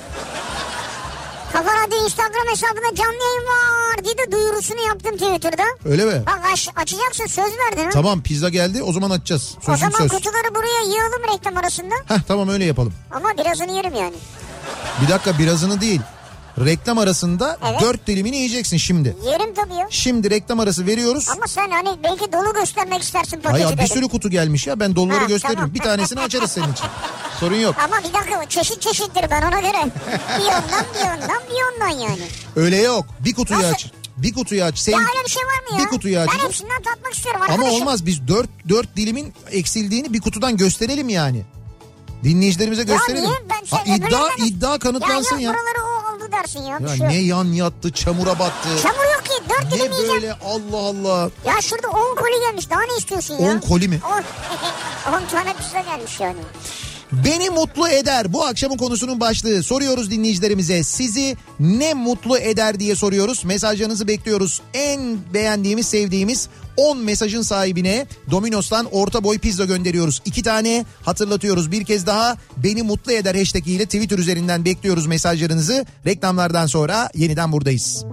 Kafa Radyo Instagram hesabında canlı yayın var diye de duyurusunu yaptım Twitter'da. Öyle mi? Bak aç, açacaksın, söz verdin ha. Tamam, pizza geldi, o zaman açacağız. Sözüm o zaman söz. kutuları buraya yığalım reklam arasında. Heh, tamam öyle yapalım. Ama birazını yerim yani. Bir dakika, birazını değil. Reklam arasında evet. dört dilimini yiyeceksin şimdi. Yerim tabii ya. Şimdi reklam arası veriyoruz. Ama sen hani belki dolu göstermek istersin paketi. Hayır, bir sürü kutu gelmiş ya, ben doluları ha, gösteririm. Tamam. Bir tanesini açarız senin için. Sorun yok. Ama bir dakika, çeşit çeşittir ben ona göre. Bir ondan bir ondan bir ondan yani. Öyle yok. Bir kutuyu Nasıl? aç. Bir kutuyu aç. Sen... Ya öyle bir şey var mı ya? Bir kutuyu aç. Ben hepsinden tatmak istiyorum arkadaşım. Ama olmaz, biz dört, dört dilimin eksildiğini bir kutudan gösterelim yani. Dinleyicilerimize gösterelim. Ya niye? Ben ha, iddia, iddia kanıtlansın ya. Ya yok, buraları o oldu dersin ya. Ya şey ne yan yattı, çamura battı. Çamur yok ki, dört dilim yiyeceğim. Ne böyle, Allah Allah. Ya şurada on koli gelmiş, daha ne istiyorsun ya? on koli mi? on tane pizza gelmiş yani. Beni mutlu eder, bu akşamın konusunun başlığı. Soruyoruz dinleyicilerimize, sizi ne mutlu eder diye soruyoruz. Mesajlarınızı bekliyoruz. En beğendiğimiz, sevdiğimiz on mesajın sahibine Domino's'tan orta boy pizza gönderiyoruz. İki tane, hatırlatıyoruz bir kez daha, beni mutlu eder hashtag ile Twitter üzerinden bekliyoruz mesajlarınızı. Reklamlardan sonra yeniden buradayız.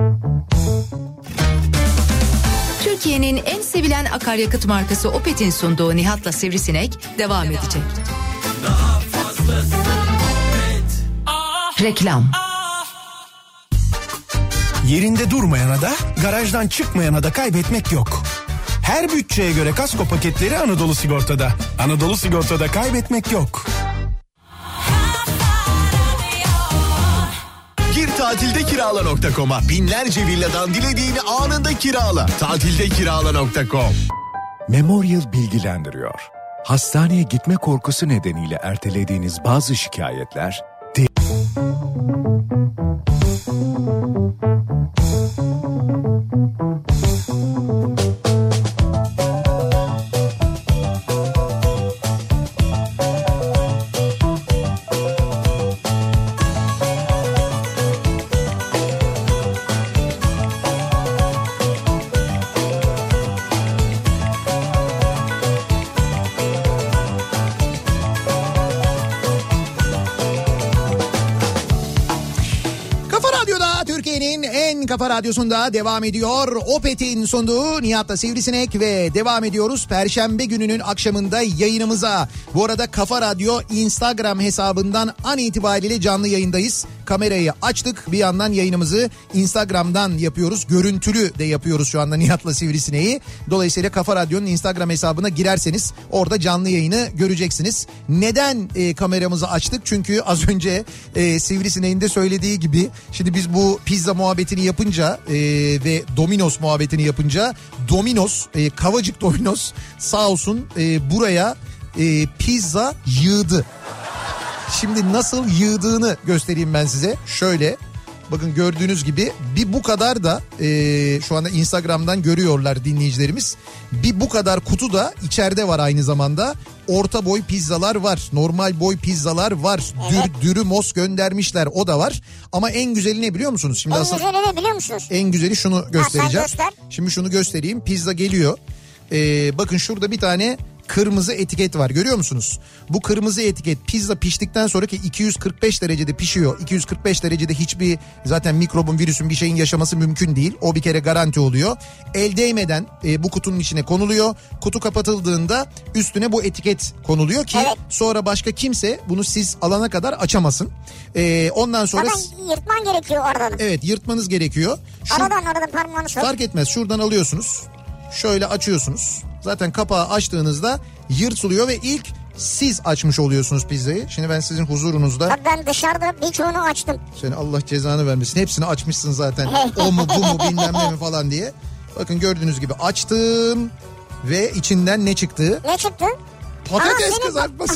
Türkiye'nin en sevilen akaryakıt markası Opet'in sunduğu Nihat'la Sivrisinek devam edecek. Daha fazlası Opet. Reklam. Yerinde durmayana da, garajdan çıkmayana da kaybetmek yok. Her bütçeye göre kasko paketleri Anadolu Sigorta'da. Anadolu Sigorta'da kaybetmek yok. Gir tatilde kirala nokta com'a. Binlerce villadan dilediğini anında kirala. tatilde kirala nokta com. Memorial bilgilendiriyor. Hastaneye gitme korkusu nedeniyle ertelediğiniz bazı şikayetler... De- Kafa Radyosu'nda devam ediyor. Opet'in sunduğu Nihat'la Sivrisinek ve devam ediyoruz. Perşembe gününün akşamında yayınımıza. Bu arada Kafa Radyo Instagram hesabından an itibariyle canlı yayındayız. Kamerayı açtık. Bir yandan yayınımızı Instagram'dan yapıyoruz. Görüntülü de yapıyoruz şu anda Nihat'la Sivrisinek'i. Dolayısıyla Kafa Radyo'nun Instagram hesabına girerseniz orada canlı yayını göreceksiniz. Neden e, kameramızı açtık? Çünkü az önce e, Sivrisinek'in de söylediği gibi şimdi biz bu pizza muhabbetini yapınca e, ve Domino's muhabbetini yapınca Domino's, e, Kavacık Domino's sağ olsun e, buraya e, pizza yığdı. Şimdi nasıl yığdığını göstereyim ben size. Şöyle bakın gördüğünüz gibi bir bu kadar da e, şu anda Instagram'dan görüyorlar dinleyicilerimiz. Bir bu kadar kutu da içeride var aynı zamanda. Orta boy pizzalar var. Normal boy pizzalar var. Evet. Dür, dürümos göndermişler, o da var. Ama en güzeli ne biliyor musunuz? Şimdi en aslında, güzeli ne biliyor musunuz? En güzeli şunu göstereceğim. Ha, göster. Şimdi şunu göstereyim. Pizza geliyor. Ee, bakın şurada bir tane kırmızı etiket var, görüyor musunuz? Bu kırmızı etiket pizza piştikten sonraki iki yüz kırk beş derecede pişiyor. iki yüz kırk beş derecede hiçbir zaten mikrobun, virüsün, bir şeyin yaşaması mümkün değil. O bir kere garanti oluyor. El değmeden e, bu kutunun içine konuluyor. Kutu kapatıldığında üstüne bu etiket konuluyor ki evet. Sonra başka kimse bunu siz alana kadar açamasın. E, ondan sonra... Zaten yırtman gerekiyor aradan. Evet, yırtmanız gerekiyor. Şu... Aradan aradan parmağını sok. Fark etmez, şuradan alıyorsunuz. Şöyle açıyorsunuz. Zaten kapağı açtığınızda yırtılıyor ve ilk siz açmış oluyorsunuz pizzayı. Şimdi ben sizin huzurunuzda... Tabii ben dışarıda birçoğunu açtım. Seni Allah cezanı vermesin. Hepsini açmışsın zaten. O mu bu mu bilmem ne mi falan diye. Bakın gördüğünüz gibi açtım ve içinden ne çıktı? Ne çıktı? Patates Aa, kızartması.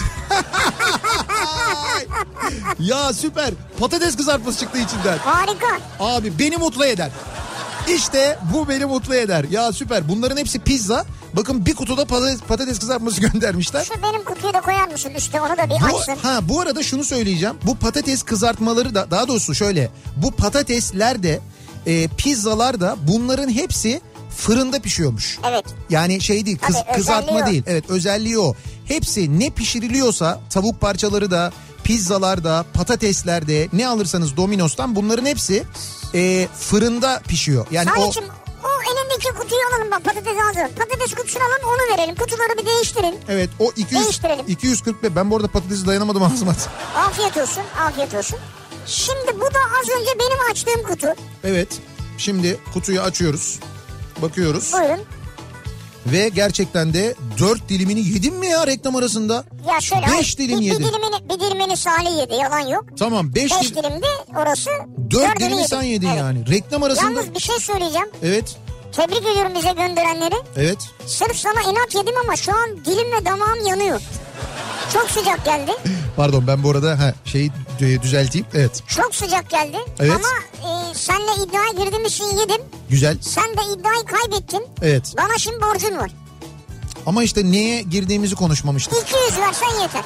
Ya süper. Patates kızartması çıktı içinden. Harika. Abi beni mutlu eder. İşte bu beni mutlu eder. Ya süper. Bunların hepsi pizza. Bakın bir kutuda patates, patates kızartması göndermişler. Şu benim kutuyu da koyar mısın üstte, onu da bir bu, açsın. Ha bu arada şunu söyleyeceğim. Bu patates kızartmaları da, daha doğrusu şöyle. Bu patatesler de e, pizzalar da bunların hepsi fırında pişiyormuş. Evet. Yani şey değil, kız, Tabii, kızartma değil. Evet, özelliği o. Hepsi ne pişiriliyorsa, tavuk parçaları da, pizzalar da, patatesler de, ne alırsanız Domino's'tan, bunların hepsi e, fırında pişiyor. Yani Sadece o... o elindeki kutuyu alalım, bak patates hazır. Patates kutusunu alın, onu verelim. Kutuları bir değiştirin. Evet, o iki yüz, iki yüz kırk beş. Ben bu arada patatesi dayanamadım ağzıma. Afiyet olsun, afiyet olsun. Şimdi bu da az önce benim açtığım kutu. Evet, şimdi kutuyu açıyoruz. Bakıyoruz. Buyurun. Ve gerçekten de dört dilimini yedim mi ya reklam arasında? Ya şöyle beş dilim bir, yedim. Bir dilimini, bir dilimini Salih yedi, yalan yok. Tamam, beş, beş dil... dilimdi orası. dört dilimi sen yedin evet. yani. Reklam arasında. Yalnız bir şey söyleyeceğim. Evet. Tebrik ediyorum bize gönderenleri. Evet. Sırf sana inat yedim ama şu an dilim ve damağım yanıyor. Çok sıcak geldi. Pardon, ben bu arada ha, şeyi düzelteyim. Evet. Çok sıcak geldi. Evet. Ama e, senle iddiaya girdiğimiz için yedim. Güzel. Sen de iddiayı kaybettin. Evet. Bana şimdi borcun var. Ama işte neye girdiğimizi konuşmamıştık. iki yüz versen yeter.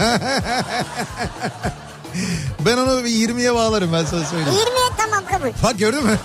Ben onu bir yirmiye bağlarım, ben sana söyleyeyim. yirmiye tamam, kabul. Bak gördün mü?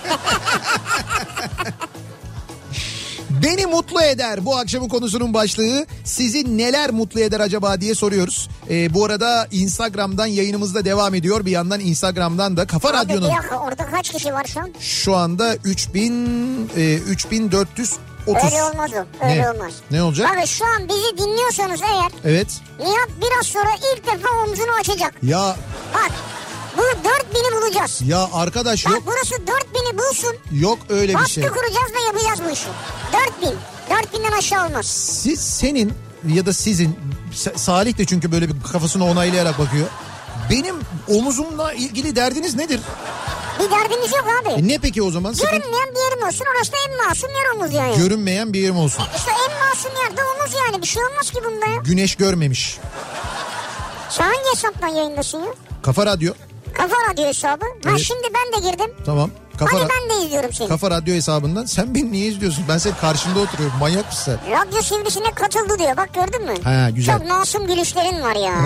Beni mutlu eder bu akşamın konusunun başlığı. Sizi neler mutlu eder acaba diye soruyoruz. Ee, bu arada Instagram'dan yayınımız da devam ediyor. Bir yandan Instagram'dan da Kafa Abi Radyo'nun. bir dakika, orada kaç kişi var şu an? Şu anda üç bin, e, üç bin dört yüz otuz. Öyle olmaz o. Öyle Ne? olmaz. Ne olacak? Abi şu an bizi dinliyorsanız eğer, Evet. Nihat biraz sonra ilk defa omzunu açacak. Ya Bak, bu dört bini bulacağız. ya arkadaş Bak yok burası dört bini bulsun. yok öyle bir Baskı şey. kuracağız ve yapacağız bu işi. dört bin. dört binden aşağı olmaz. Siz, senin ya da sizin, Salih de çünkü böyle bir kafasını onaylayarak bakıyor. Benim omuzumla ilgili derdiniz nedir? Bir derdimiz yok abi. E ne peki o zaman? Sıkıntı... Görünmeyen bir yerim olsun, orası da en masum yer omuz yani. Görünmeyen bir yerim olsun. İşte en masum yer de omuz yani, bir şey olmaz ki bunda ya. Güneş görmemiş. Sen hangi hesaptan yayındasın ya? Kafa Radyo. Kafa Radyo hesabı. Ha Evet. şimdi ben de girdim. Tamam. Kafa, Hadi Ra- ben de izliyorum seni. Kafa Radyo hesabından. Sen beni niye izliyorsun? Ben senin karşında oturuyorum. Manyak mısın sen? Radyo Sivrisinek katıldı diyor, bak gördün mü? Ha, güzel. Çok masum gülüşlerin var ya.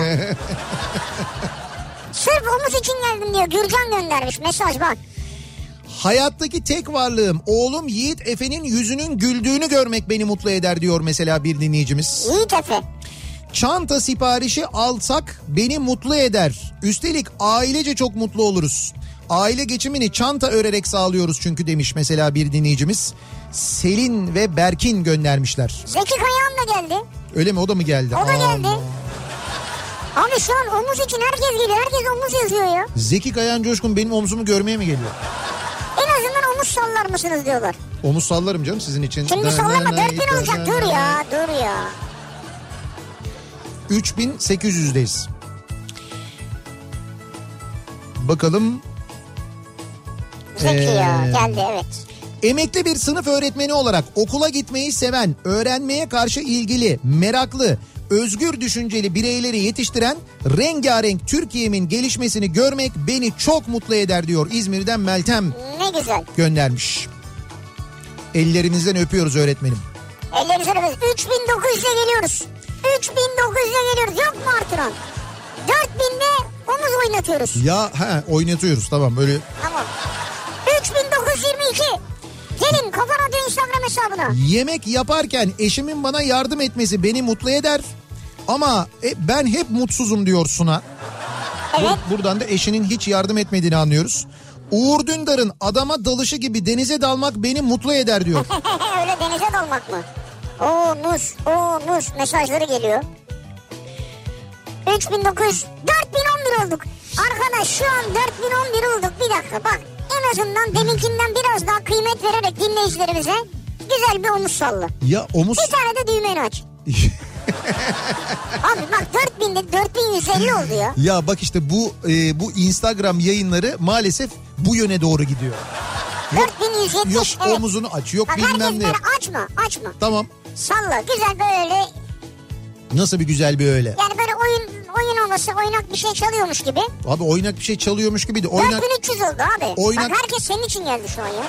Sırf omuz için geldim diyor. Gürcan göndermiş mesaj, bak. Hayattaki tek varlığım oğlum Yiğit Efe'nin yüzünün güldüğünü görmek beni mutlu eder diyor mesela bir dinleyicimiz. Yiğit Efe. Çanta siparişi alsak beni mutlu eder. Üstelik ailece çok mutlu oluruz. Aile geçimini çanta örerek sağlıyoruz çünkü demiş mesela bir dinleyicimiz. Selin ve Berkin göndermişler. Zeki Kayağan da geldi. Öyle mi, o da mı geldi? O da geldi. Allah. Abi şu an omuz için herkes geliyor. Herkes omuz yazıyor ya. Zeki Kayan Coşkun benim omzumu görmeye mi geliyor? En azından omuz sallar mısınız diyorlar. Omuz sallarım canım sizin için. Şimdi sallama, dört bin olacak, dur ya dur ya. üç bin sekiz yüzdeyiz. Bakalım. Zeki Ee, ya geldi, evet. Emekli bir sınıf öğretmeni olarak okula gitmeyi seven, öğrenmeye karşı ilgili, meraklı, özgür düşünceli bireyleri yetiştiren rengarenk Türkiye'min gelişmesini görmek beni çok mutlu eder diyor İzmir'den Meltem. Ne güzel. Göndermiş. Ellerinizden öpüyoruz öğretmenim. Ellerinizden öpüyoruz. üç bin dokuz yüze geliyoruz. üç bin dokuz yüze geliyoruz. Yok mu artıran? dört binde omuz oynatıyoruz. Ya ha oynatıyoruz tamam böyle. Tamam. üç bin dokuz yüz yirmi iki. Gelin Kafa Radyo Instagram hesabına. Yemek yaparken eşimin bana yardım etmesi beni mutlu eder. Ama e, ben hep mutsuzum diyor Suna. Evet. Bur- buradan da eşinin hiç yardım etmediğini anlıyoruz. Uğur Dündar'ın adama dalışı gibi denize dalmak beni mutlu eder diyor. Öyle denize dalmak mı? Oo muz, oo muz mesajları geliyor. üç bin dokuz yüz, dört bin on bir olduk. Arkadaş şu an dört bin on bir olduk. Bir dakika bak. En azından deminkinden biraz daha kıymet vererek dinleyicilerimize güzel bir omuz salla. Ya omuz... Bir tane de düğmeni aç. Abi bak dört binde dört bin yüz elli oldu ya. Ya bak işte bu e, bu Instagram yayınları maalesef bu yöne doğru gidiyor. dört bin yüz yetmiş Yok evet. omuzunu aç, yok Bak bilmem herkes ne. böyle açma açma. Tamam. Salla güzel böyle. Nasıl bir güzel bir öyle. Yani böyle oyun oyun havası, oynak bir şey çalıyormuş gibi. Abi oynak bir şey çalıyormuş gibiydi. Oynak... dört bin üç yüz oldu abi. Oynak... Bak herkes senin için geldi şu an ya.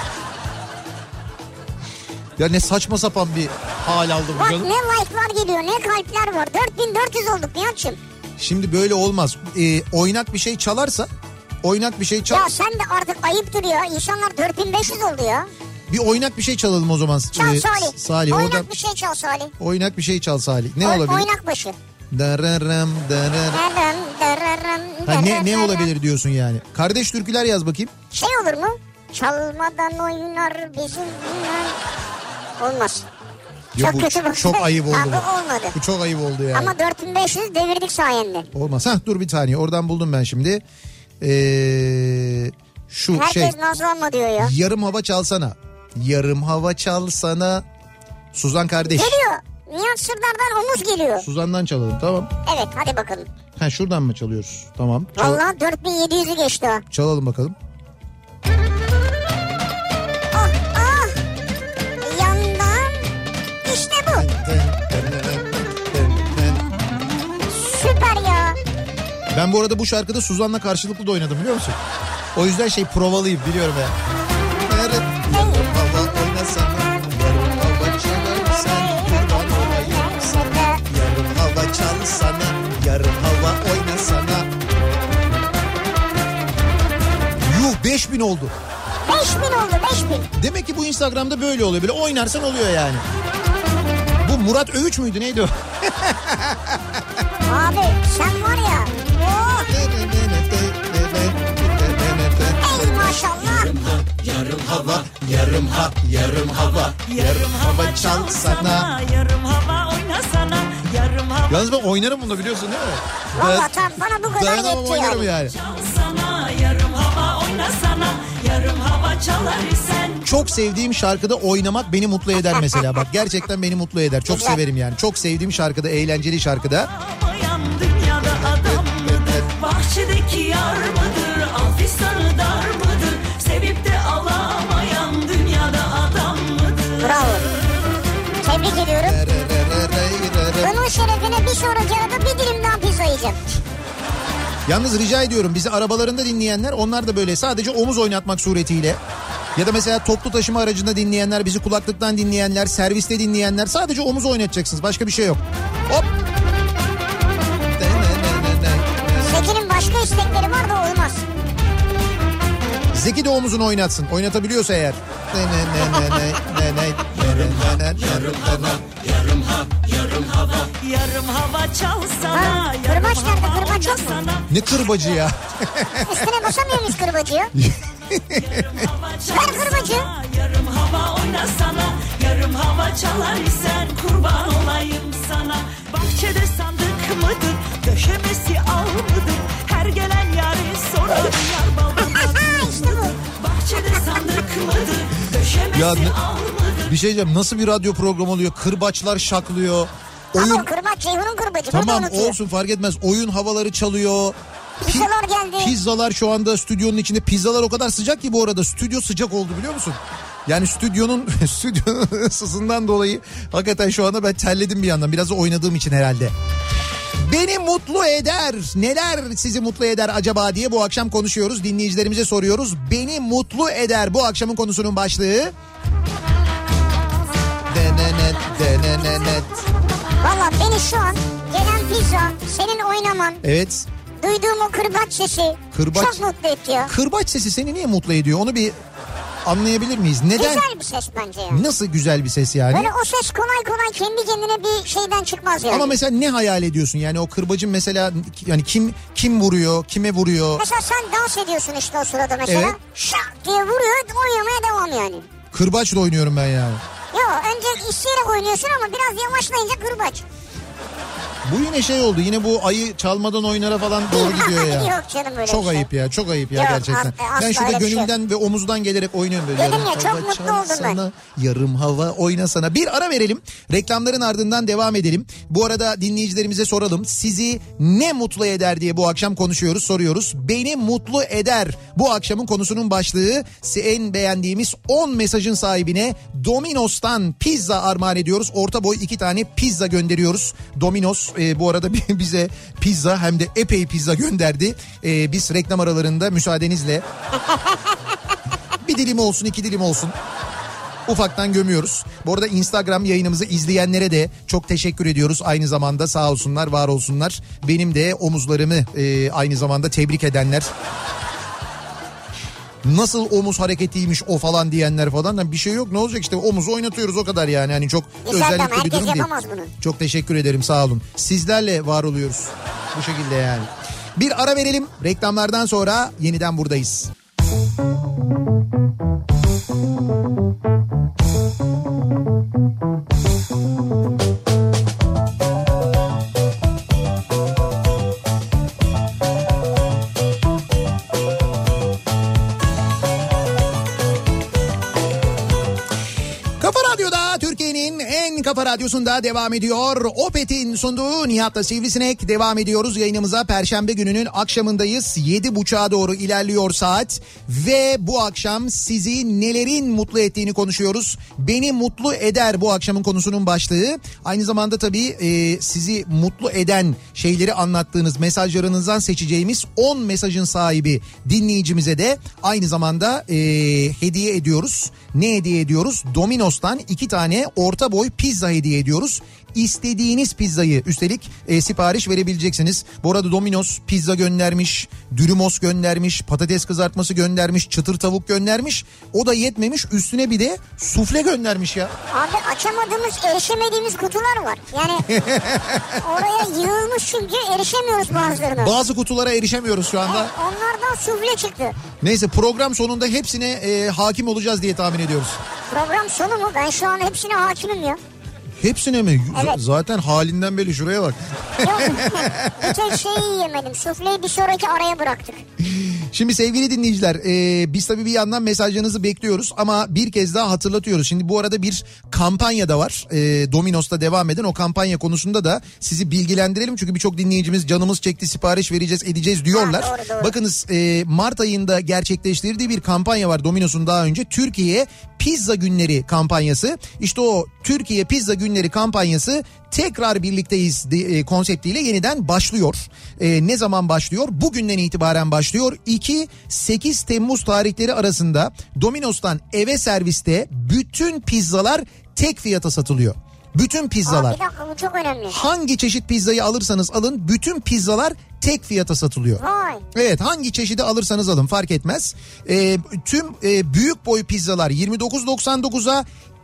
Ya ne saçma sapan bir hal aldı bu Bak canım. ne like'lar geliyor, ne kalpler var. dört bin dört yüz olduk Nihat'cığım. Şimdi böyle olmaz. Ee, oynak bir şey çalarsa, oynak bir şey çal... Ya sen de artık ayıptır ya. İnsanlar dört bin beş yüz oldu ya. Bir oynak bir şey çalalım o zaman. Çal Ee, Salih. Salih oynak oradan... bir şey çal Salih. Oynak bir şey çal Salih. Ne Oy, olabilir? Oynak başı. Dararam, dararam. Dararım, dararım, Ha, ne, ne dararım. olabilir diyorsun yani? Kardeş türküler yaz bakayım. Şey olur mu? Çalmadan oynar bizimler. Olmaz. Ya çok bu kötü bu. çok ayıp oldu Ha, bu. bu olmadı. Bu çok ayıp oldu yani. Ama dört bin beş yüz devirdik sayende. Olmaz. Hah dur bir saniye oradan buldum ben şimdi. Ee, şu Herkes şey. nazlanma diyor ya. Yarım hava çalsana. Yarım hava çalsana. Suzan kardeş. Geliyor. Nihat Sırdar'dan omuz geliyor. Suzan'dan çalalım tamam. Evet hadi bakalım. Ha şuradan mı çalıyoruz? Tamam. Çal- Vallahi dört bin yedi yüzü geçti ha. çalalım bakalım. Ah ah. Yandan. İşte bu. Süper ya. Ben bu arada bu şarkıda Suzan'la karşılıklı da oynadım biliyor musun? O yüzden şey provalıyım biliyorum ya. Yarım hava oynasana. Yarım hava çalarsan kurban olayım sana. Yarım hava çalsana. Yarım hava oynasana. Yuh beş bin oldu. beş bin oldu beş bin. Demek ki bu Instagram'da böyle oluyor. Böyle oynarsan oluyor yani. Bu Murat Övüç müydü neydi o? Abi sen var ya. Oh. Ey maşallah. Yarım hava, yarım ha, yarım hava, yarım hava çalsana. Yarım hava oynasana. Yarım hava Yalnız ben oynarım bunu biliyorsun değil mi? Valla tam bana bu kadar Dayanamam yetti oynarım yani. yani. çalsana. Yarım hava oynasana. Yarım hava çalar isen. Çok sevdiğim şarkıda oynamak beni mutlu eder mesela. Bak gerçekten beni mutlu eder. Çok Güzel. severim yani. Çok sevdiğim şarkıda, eğlenceli şarkıda. Amayan dünyada adam mıdır? Bahçedeki yar mıdır? Alfistanı dar mıdır? Sevip de alamayan dünyada adam mıdır? Bravo. Tebrik ediyorum. Bunun şerefine bir sonraki arada bir dilim daha pizza yiyeceğim. Yalnız rica ediyorum bizi arabalarında dinleyenler onlar da böyle sadece omuz oynatmak suretiyle ya da mesela toplu taşıma aracında dinleyenler, bizi kulaklıktan dinleyenler, serviste dinleyenler sadece omuz oynatacaksınız. Başka bir şey yok. Hop. Zeki'nin başka istekleri var da olmaz. Zeki de omuzunu oynatsın. Oynatabiliyorsa eğer. Yarım ha, yarım hava, Yarım hava çalsana. Ha, yarım kırbaç nerede? hava Kırbaç yok mu? oynasana. Ne kırbacı ya? Üstüne basamıyor muyuz kırbacıya? Ver kırbacı. Yarım hava oynasana. Yarım hava çalar isen kurban olayım sana. Bahçede sandık mıdır? Döşemesi al mıdır? Her gelen yari sorar. Yar baldan tatlı İşte bu. bahçede sandık mıdır? Döşemesi Ya ne- al mıdır? Bir şey diyeceğim, nasıl bir radyo programı oluyor? Kırbaçlar şaklıyor. Ama Oyun... o kırbaç Ceyhun'un kırbacı. Burada Tamam unutuyor. olsun, fark etmez. Oyun havaları çalıyor. Pi- Pizzalar geldi. Pizzalar şu anda stüdyonun içinde. Pizzalar o kadar sıcak ki bu arada. Stüdyo sıcak oldu, biliyor musun? Yani stüdyonun stüdyonun ısısından dolayı hakikaten şu anda ben terledim bir yandan. Biraz da oynadığım için herhalde. Beni mutlu eder. Neler sizi mutlu eder acaba diye bu akşam konuşuyoruz. Dinleyicilerimize soruyoruz. Beni mutlu eder bu akşamın konusunun başlığı. Denenet, denenet. Valla beni şu an gelen pizza, senin oynaman, Evet. duyduğum o kırbaç sesi Kırbaç- çok mutlu etti ya. Kırbaç sesi seni niye mutlu ediyor? Onu bir anlayabilir miyiz? Neden? Güzel bir ses bence ya. Nasıl güzel bir ses yani? Böyle o ses kolay kolay kendi kendine bir şeyden çıkmaz yani. Ama mesela ne hayal ediyorsun? Yani o kırbacın mesela yani kim kim vuruyor, kime vuruyor? Mesela sen dans ediyorsun işte o sırada mesela. Evet. Şak diye vuruyor, oynamaya devam yani. Kırbaçla oynuyorum ben yani. Yok, önce isteyerek oynuyorsun ama biraz yavaşlayınca kırbaç. Bu yine şey oldu. Yine bu ayı çalmadan oynara falan doğru gidiyor ya. Yok canım öyle Çok bir şey. ayıp ya. Çok ayıp ya Yok, gerçekten. as- asla Ben şurada öyle bir şey gönülden ve omuzdan gelerek oynuyorum böyle. Dedim Yarım ya, çok hava mutlu oldum ben. çalsana, yarım hava oynasana. Bir ara verelim. Reklamların ardından devam edelim. Bu arada dinleyicilerimize soralım. Sizi ne mutlu eder diye bu akşam konuşuyoruz, soruyoruz. Beni mutlu eder. Bu akşamın konusunun başlığı. En beğendiğimiz on mesajın sahibine Domino's'tan pizza armağan ediyoruz. Orta boy iki tane pizza gönderiyoruz. Domino's e, bu arada bize pizza hem de epey pizza gönderdi. E, biz reklam aralarında müsaadenizle bir dilim olsun, iki dilim olsun, ufaktan gömüyoruz. Bu arada Instagram yayınımızı izleyenlere de çok teşekkür ediyoruz. Aynı zamanda sağ olsunlar, var olsunlar. Benim de omuzlarımı e, aynı zamanda tebrik edenler. Nasıl omuz hareketiymiş o falan diyenler falan. Yani bir şey yok, ne olacak işte, omuzu oynatıyoruz o kadar yani. Hani çok Güzel ama özellikle bir herkes durum değil. yapamaz bunu. Çok teşekkür ederim, sağ olun. Sizlerle var oluyoruz bu şekilde yani. Bir ara verelim, reklamlardan sonra yeniden buradayız. Kafa Radyo'da, Türkiye'nin en kafa radyosunda devam ediyor. Opet'in sunduğu Nihat'la Sivrisinek devam ediyoruz yayınımıza. Perşembe gününün akşamındayız. Yedi buçuğa doğru ilerliyor saat. Ve bu akşam sizi nelerin mutlu ettiğini konuşuyoruz. Beni mutlu eder bu akşamın konusunun başlığı. Aynı zamanda tabii e, sizi mutlu eden şeyleri anlattığınız mesajlarınızdan seçeceğimiz on mesajın sahibi dinleyicimize de aynı zamanda e, hediye ediyoruz. Ne hediye ediyoruz? Domino's'tan iki tane orta boy pizza hediye ediyoruz. İstediğiniz pizzayı üstelik e, sipariş verebileceksiniz. Bu arada Domino's pizza göndermiş, dürümos göndermiş, patates kızartması göndermiş, çıtır tavuk göndermiş. O da yetmemiş, üstüne bir de sufle göndermiş ya. Abi açamadığımız, erişemediğimiz kutular var. Yani oraya yığılmış çünkü erişemiyoruz bazılarına. Bazı kutulara erişemiyoruz şu anda. Evet, onlardan sufle çıktı. Neyse, program sonunda hepsine e, hakim olacağız diye tahmin ediyoruz. Program sonu mu? Ben şu an hepsine hakimim ya. Hepsine mi? Evet. Z- zaten halinden belli, şuraya bak. Yok, bir tek şeyi yiyemedim. Sufleyi bir sonraki araya bıraktık. Şimdi sevgili dinleyiciler, e, biz tabii bir yandan mesajlarınızı bekliyoruz ama bir kez daha hatırlatıyoruz. Şimdi bu arada bir kampanya da var. E, Domino's'ta devam eden o kampanya konusunda da sizi bilgilendirelim. Çünkü birçok dinleyicimiz canımız çekti, sipariş vereceğiz, edeceğiz diyorlar. Ha, doğru, doğru. Bakınız, e, Mart ayında gerçekleştirdiği bir kampanya var Domino's'un daha önce. Türkiye Pizza Günleri kampanyası. İşte o Türkiye Pizza Günleri kampanyası tekrar birlikteyiz de, e, konseptiyle yeniden başlıyor. E, ne zaman başlıyor? Bugünden itibaren başlıyor. iki sekiz Temmuz tarihleri arasında Domino's'tan eve serviste bütün pizzalar tek fiyata satılıyor. Bütün pizzalar. Aa, bir dakika, bu çok önemli. Hangi çeşit pizzayı alırsanız alın, bütün pizzalar tek fiyata satılıyor. Vay. Evet, hangi çeşidi alırsanız alın fark etmez. E, tüm e, büyük boy pizzalar yirmi dokuz doksan dokuza,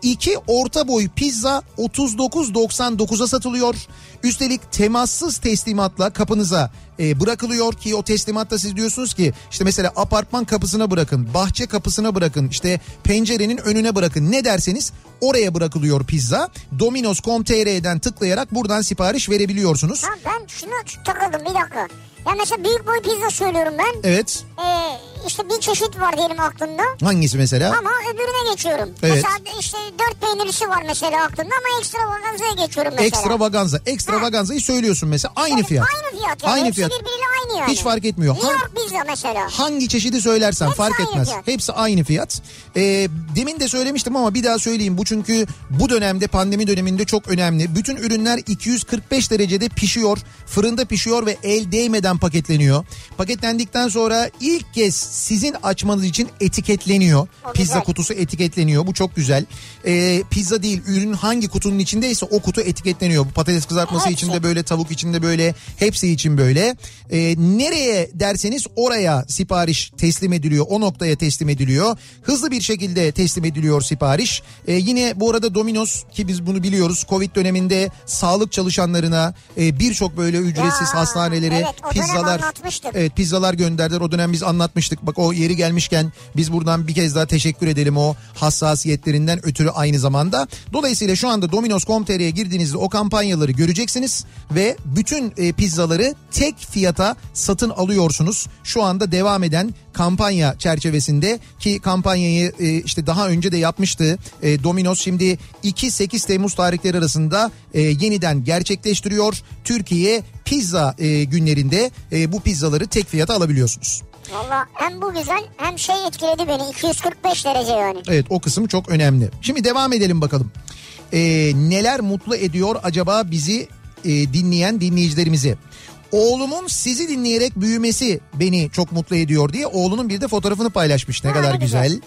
İki orta boy pizza otuz dokuz doksan dokuza satılıyor. Üstelik temassız teslimatla kapınıza e, bırakılıyor ki o teslimatta siz diyorsunuz ki işte mesela apartman kapısına bırakın, bahçe kapısına bırakın, işte pencerenin önüne bırakın, ne derseniz oraya bırakılıyor pizza. Domino's nokta com nokta tr'den tıklayarak buradan sipariş verebiliyorsunuz. Ha ben şunu takıldım bir dakika. Ya mesela büyük boy pizza söylüyorum ben. Evet. Ee, işte bir çeşit var diyelim aklımda. Hangisi mesela? Ama öbürüne geçiyorum. Evet. Mesela işte dört peynirlisi var mesela aklımda ama ekstravaganza'ya geçiyorum mesela. Ekstravaganza. Ekstravagaza'yı söylüyorsun mesela. Aynı Evet, fiyat. Aynı fiyat yani. Aynı Hepsi fiyat. birbiriyle aynı yani. Hiç fark etmiyor. New Han- York pizza mesela. Hangi çeşidi söylersen Hepsi fark aynı etmez. fiyat. Hepsi aynı fiyat. Ee, demin de söylemiştim ama bir daha söyleyeyim. Bu çünkü bu dönemde, pandemi döneminde çok önemli. Bütün ürünler iki yüz kırk beş derecede pişiyor. Fırında pişiyor ve el değmeden paketleniyor. Paketlendikten sonra ilk kez sizin açmanız için etiketleniyor. O Pizza güzel. kutusu etiketleniyor. Bu çok güzel. Ee, pizza değil, ürün hangi kutunun içindeyse o kutu etiketleniyor. Bu patates kızartması Hepsi. içinde böyle, tavuk içinde böyle, hepsi için böyle. Ee, nereye derseniz oraya sipariş teslim ediliyor. O noktaya teslim ediliyor. Hızlı bir şekilde teslim ediliyor sipariş. Ee, yine bu arada Domino's, ki biz bunu biliyoruz, Covid döneminde sağlık çalışanlarına e, birçok böyle ücretsiz Ya, hastanelere evet, o dönem pizzalar anlatmıştık. evet pizzalar gönderdiler. O dönem biz anlatmıştık. Bak, o yeri gelmişken biz buradan bir kez daha teşekkür edelim o hassasiyetlerinden ötürü aynı zamanda. Dolayısıyla şu anda Domino's nokta com nokta tr'ye girdiğinizde o kampanyaları göreceksiniz ve bütün e, pizzaları tek fiyata satın alıyorsunuz. Şu anda devam eden kampanya çerçevesinde, ki kampanyayı e, işte daha önce de yapmıştı e, Domino's. Şimdi iki sekiz Temmuz tarihleri arasında e, yeniden gerçekleştiriyor. Türkiye pizza e, günlerinde e, bu pizzaları tek fiyata alabiliyorsunuz. Valla hem bu güzel hem şey etkiledi beni, iki yüz kırk beş derece yani. Evet, o kısım çok önemli. Şimdi devam edelim bakalım. Ee, neler mutlu ediyor acaba bizi e, dinleyen dinleyicilerimizi? Oğlumun sizi dinleyerek büyümesi beni çok mutlu ediyor diye oğlunun bir de fotoğrafını paylaşmış. Ne Ha, kadar ne güzel. güzel.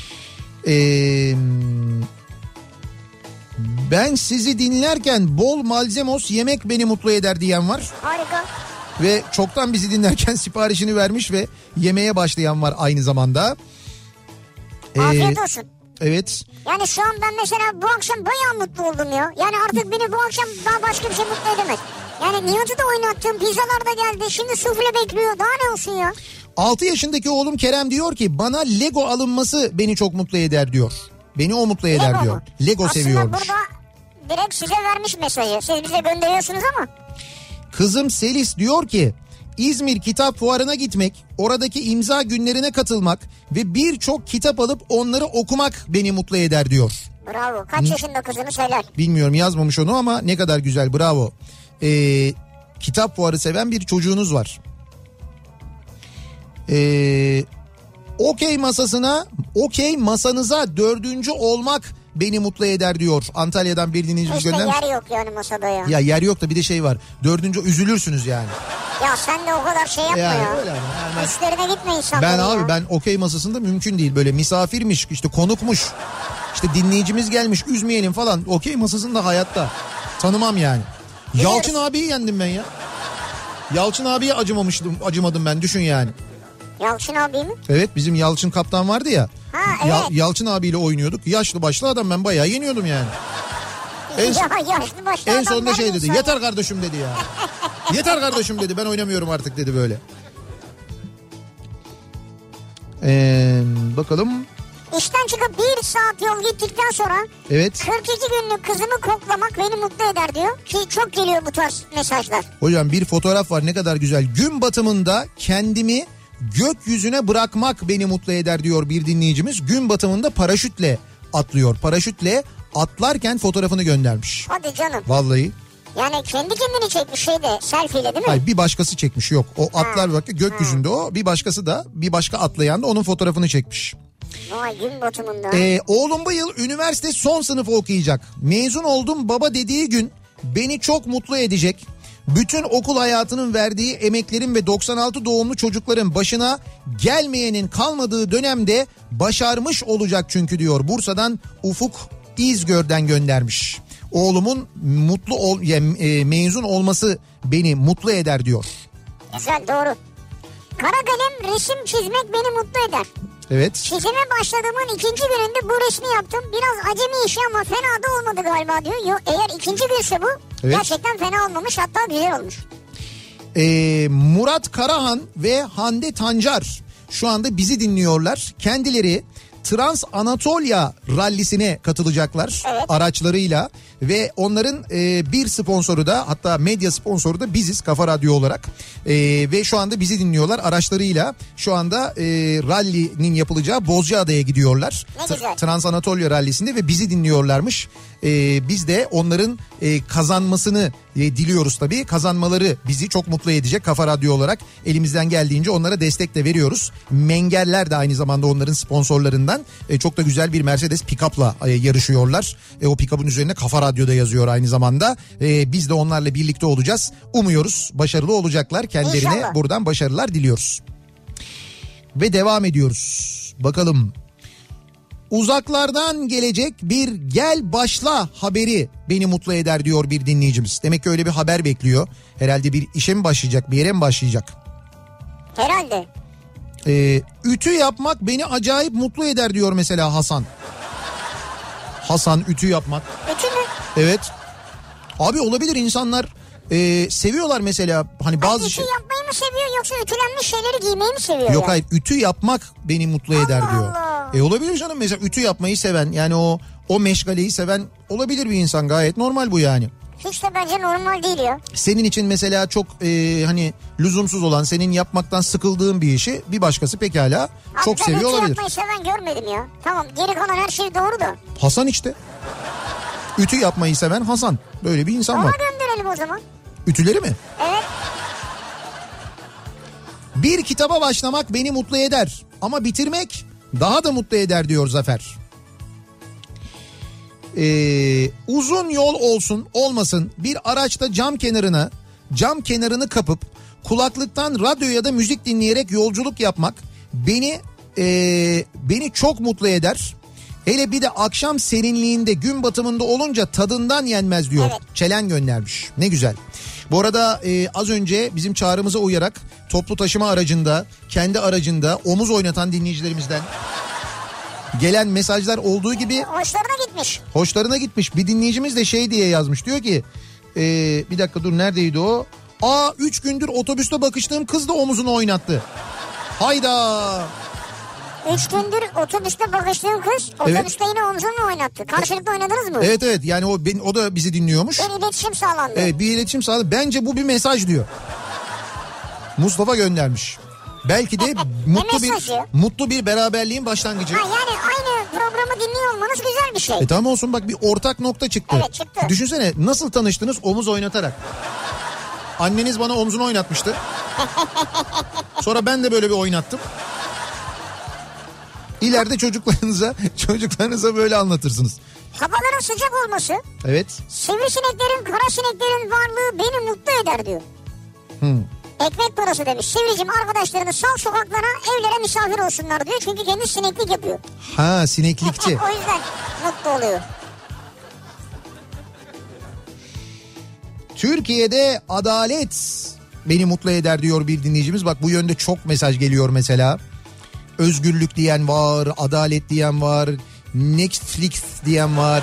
Ee, ben sizi dinlerken bol malzemos yemek beni mutlu eder diyen var. Harika. Ve çoktan bizi dinlerken siparişini vermiş ve yemeye başlayan var aynı zamanda. Ee, Afiyet olsun. Evet. Yani şu an ben mesela bu akşam bayağı mutlu oldum ya. Yani artık beni bu akşam daha başka bir şey mutlu edemez. Yani Nihat'ı da oynattım. Pizzalar da geldi. Şimdi sufle bekliyor. Daha ne olsun ya? altı yaşındaki oğlum Kerem diyor ki bana Lego alınması beni çok mutlu eder diyor. Beni o mutlu eder Lego diyor. mu? Lego Aslında seviyormuş. burada direkt size vermiş mesajı. Siz bize gönderiyorsunuz ama. Kızım Selis diyor ki İzmir Kitap Fuarı'na gitmek, oradaki imza günlerine katılmak ve birçok kitap alıp onları okumak beni mutlu eder diyor. Bravo. Kaç yaşında kızını söyler. Bilmiyorum, yazmamış onu ama ne kadar güzel, bravo. Ee, kitap fuarı seven bir çocuğunuz var. Ee, okey masasına, okey masanıza dördüncü olmak beni mutlu eder diyor. Antalya'dan bir dinleyicimiz İşte göndermiş. yer yok yani masada ya. Ya yer yok da bir de şey var. Dördüncü üzülürsünüz yani. Ya sen de o kadar şey yapma Yani ya. öyle yani. Ben- Üstlerine gitme insanların Ben ya. abi ben okey masasında mümkün değil. Böyle misafirmiş, işte konukmuş, işte dinleyicimiz gelmiş, üzmeyelim falan. Okey masasında hayatta tanımam yani. Yalçın abiyi yendim ben ya. Yalçın abiye acımamıştım, acımadım ben, düşün yani. Yalçın abi mi? Evet, bizim Yalçın kaptan vardı ya. Ha, evet. Ya- Yalçın abiyle oynuyorduk. Yaşlı başlı adam, ben bayağı yeniyordum yani. En, Ya yaşlı başlı en adam sonunda şey neredeyse dedi. ya. Yeter kardeşim dedi ya. Yeter kardeşim dedi. Ben oynamıyorum artık dedi böyle. Ee, bakalım. İşten çıkıp bir saat yol gittikten sonra Evet. kırk iki günlük kızımı koklamak beni mutlu eder diyor. Ki çok geliyor bu tarz mesajlar. Hocam bir fotoğraf var, ne kadar güzel. Gün batımında kendimi gökyüzüne bırakmak beni mutlu eder diyor bir dinleyicimiz. Gün batımında paraşütle atlıyor. Paraşütle atlarken fotoğrafını göndermiş. Hadi canım. Vallahi. Yani kendi kendini çekmiş şeyde, selfie'yle değil mi? Hayır, bir başkası çekmiş, yok. O atlar bak gökyüzünde o, bir başkası da, bir başka atlayan da onun fotoğrafını çekmiş. Vay, gün batımında. Ee, oğlum bu yıl üniversite son sınıfı okuyacak. Mezun oldum baba dediği gün beni çok mutlu edecek. Bütün okul hayatının verdiği emeklerin ve doksan altı doğumlu çocukların başına gelmeyenin kalmadığı dönemde başarmış olacak çünkü diyor. Bursa'dan Ufuk İzgör'den göndermiş. Oğlumun mutlu ol, yani, e, mezun olması beni mutlu eder diyor. Güzel, doğru. Kara kalem resim çizmek beni mutlu eder. Evet. Çizime başladığımın ikinci gününde bu resmi yaptım. Biraz acemi işi ama fena da olmadı galiba diyor. Yok, eğer ikinci günse bu Evet. gerçekten fena olmamış, hatta güzel olmuş. Ee, Murat Karahan ve Hande Tancar şu anda bizi dinliyorlar. Kendileri Trans Anatolia rallisine katılacaklar Evet. araçlarıyla ve onların e, bir sponsoru da, hatta medya sponsoru da biziz Kafa Radyo olarak. E, ve şu anda bizi dinliyorlar araçlarıyla. Şu anda e, rallinin yapılacağı Bozcaada'ya gidiyorlar. Ne güzel. T- Trans Anatolia rallisinde ve bizi dinliyorlarmış. E, biz de onların e, kazanmasını e, diliyoruz tabii. Kazanmaları bizi çok mutlu edecek Kafa Radyo olarak. Elimizden geldiğince onlara destek de veriyoruz. Mengeller de aynı zamanda onların sponsorlarından. E, çok da güzel bir Mercedes pick-up'la e, yarışıyorlar. E, o pick-up'ın üzerine Kafa Radyo'da yazıyor aynı zamanda. E, biz de onlarla birlikte olacağız. Umuyoruz başarılı olacaklar. Kendilerine İnşallah. buradan başarılar diliyoruz. Ve devam ediyoruz. Bakalım. Uzaklardan gelecek bir gel başla haberi beni mutlu eder diyor bir dinleyicimiz. Demek ki öyle bir haber bekliyor. Herhalde bir işe mi başlayacak, bir yere mi başlayacak? Herhalde. Ee, ütü yapmak beni acayip mutlu eder diyor mesela Hasan. Hasan, ütü yapmak. Ütü mü? Evet. Abi olabilir, insanlar e, seviyorlar mesela hani bazı Ütü şey. yapmayı mı seviyor yoksa ütülenmiş şeyleri giymeyi mi seviyor? Yok yani? hayır, ütü yapmak beni mutlu eder Allah diyor. Allah. E olabilir canım, mesela ütü yapmayı seven, yani o o meşgaleyi seven olabilir bir insan, gayet normal bu yani. Hiç de bence normal değil ya. Senin için mesela çok e, hani lüzumsuz olan, senin yapmaktan sıkıldığın bir işi bir başkası pekala Abi çok ben seviyor ütü olabilir. yapmayı seven görmedim ya. Tamam, geri kalan her şey doğru da. Hasan işte. Ütü yapmayı seven Hasan. Böyle bir insan Ona var. gönderelim o zaman. Ütüleri mi? Evet. Bir kitaba başlamak beni mutlu eder ama bitirmek daha da mutlu eder diyor Zafer. Ee, uzun yol olsun olmasın bir araçta cam kenarına cam kenarını kapıp kulaklıktan radyo ya da müzik dinleyerek yolculuk yapmak beni ee, beni çok mutlu eder. Hele bir de akşam serinliğinde, gün batımında olunca tadından yenmez diyor. Evet. Çelen göndermiş. Ne güzel. Bu arada e, az önce bizim çağrımıza uyarak toplu taşıma aracında, kendi aracında omuz oynatan dinleyicilerimizden gelen mesajlar olduğu gibi Hoşlarına gitmiş. hoşlarına gitmiş. Bir dinleyicimiz de şey diye yazmış, diyor ki e, bir dakika dur, neredeydi o? Aa, üç gündür otobüste bakıştığım kız da omuzunu oynattı. Hayda. Üç gündür otobüste bakıştığım kız Evet. otobüste yine omzunu mu oynattı? Karşılıklı oynadınız mı? Evet evet, yani o ben, o da bizi dinliyormuş. Bir iletişim sağlandı. Evet, bir iletişim sağladı. Bence bu bir mesaj diyor. Mustafa göndermiş. Belki de mutlu bir mesajı? mutlu bir beraberliğin başlangıcı. Ha, yani aynı programı dinliyor olmanız güzel bir şey. E tamam olsun, bak bir ortak nokta çıktı. Evet, çıktı. Düşünsene, nasıl tanıştınız? Omuz oynatarak. Anneniz bana omzunu oynatmıştı. Sonra ben de böyle bir oynattım. İleride çocuklarınıza çocuklarınıza böyle anlatırsınız. Havaların sıcak olması, Evet. sivrisineklerin, kara sineklerin varlığı beni mutlu eder diyor. Hmm. Ekmek parası demiş. Sivricim arkadaşlarını sal sokaklara, evlere misafir olsunlar diyor. Çünkü kendi sineklik yapıyor. Ha, sineklikçi. O yüzden mutlu oluyor. Türkiye'de adalet beni mutlu eder diyor bir dinleyicimiz. Bak, bu yönde çok mesaj geliyor mesela. Özgürlük diyen var, adalet diyen var, Netflix diyen var.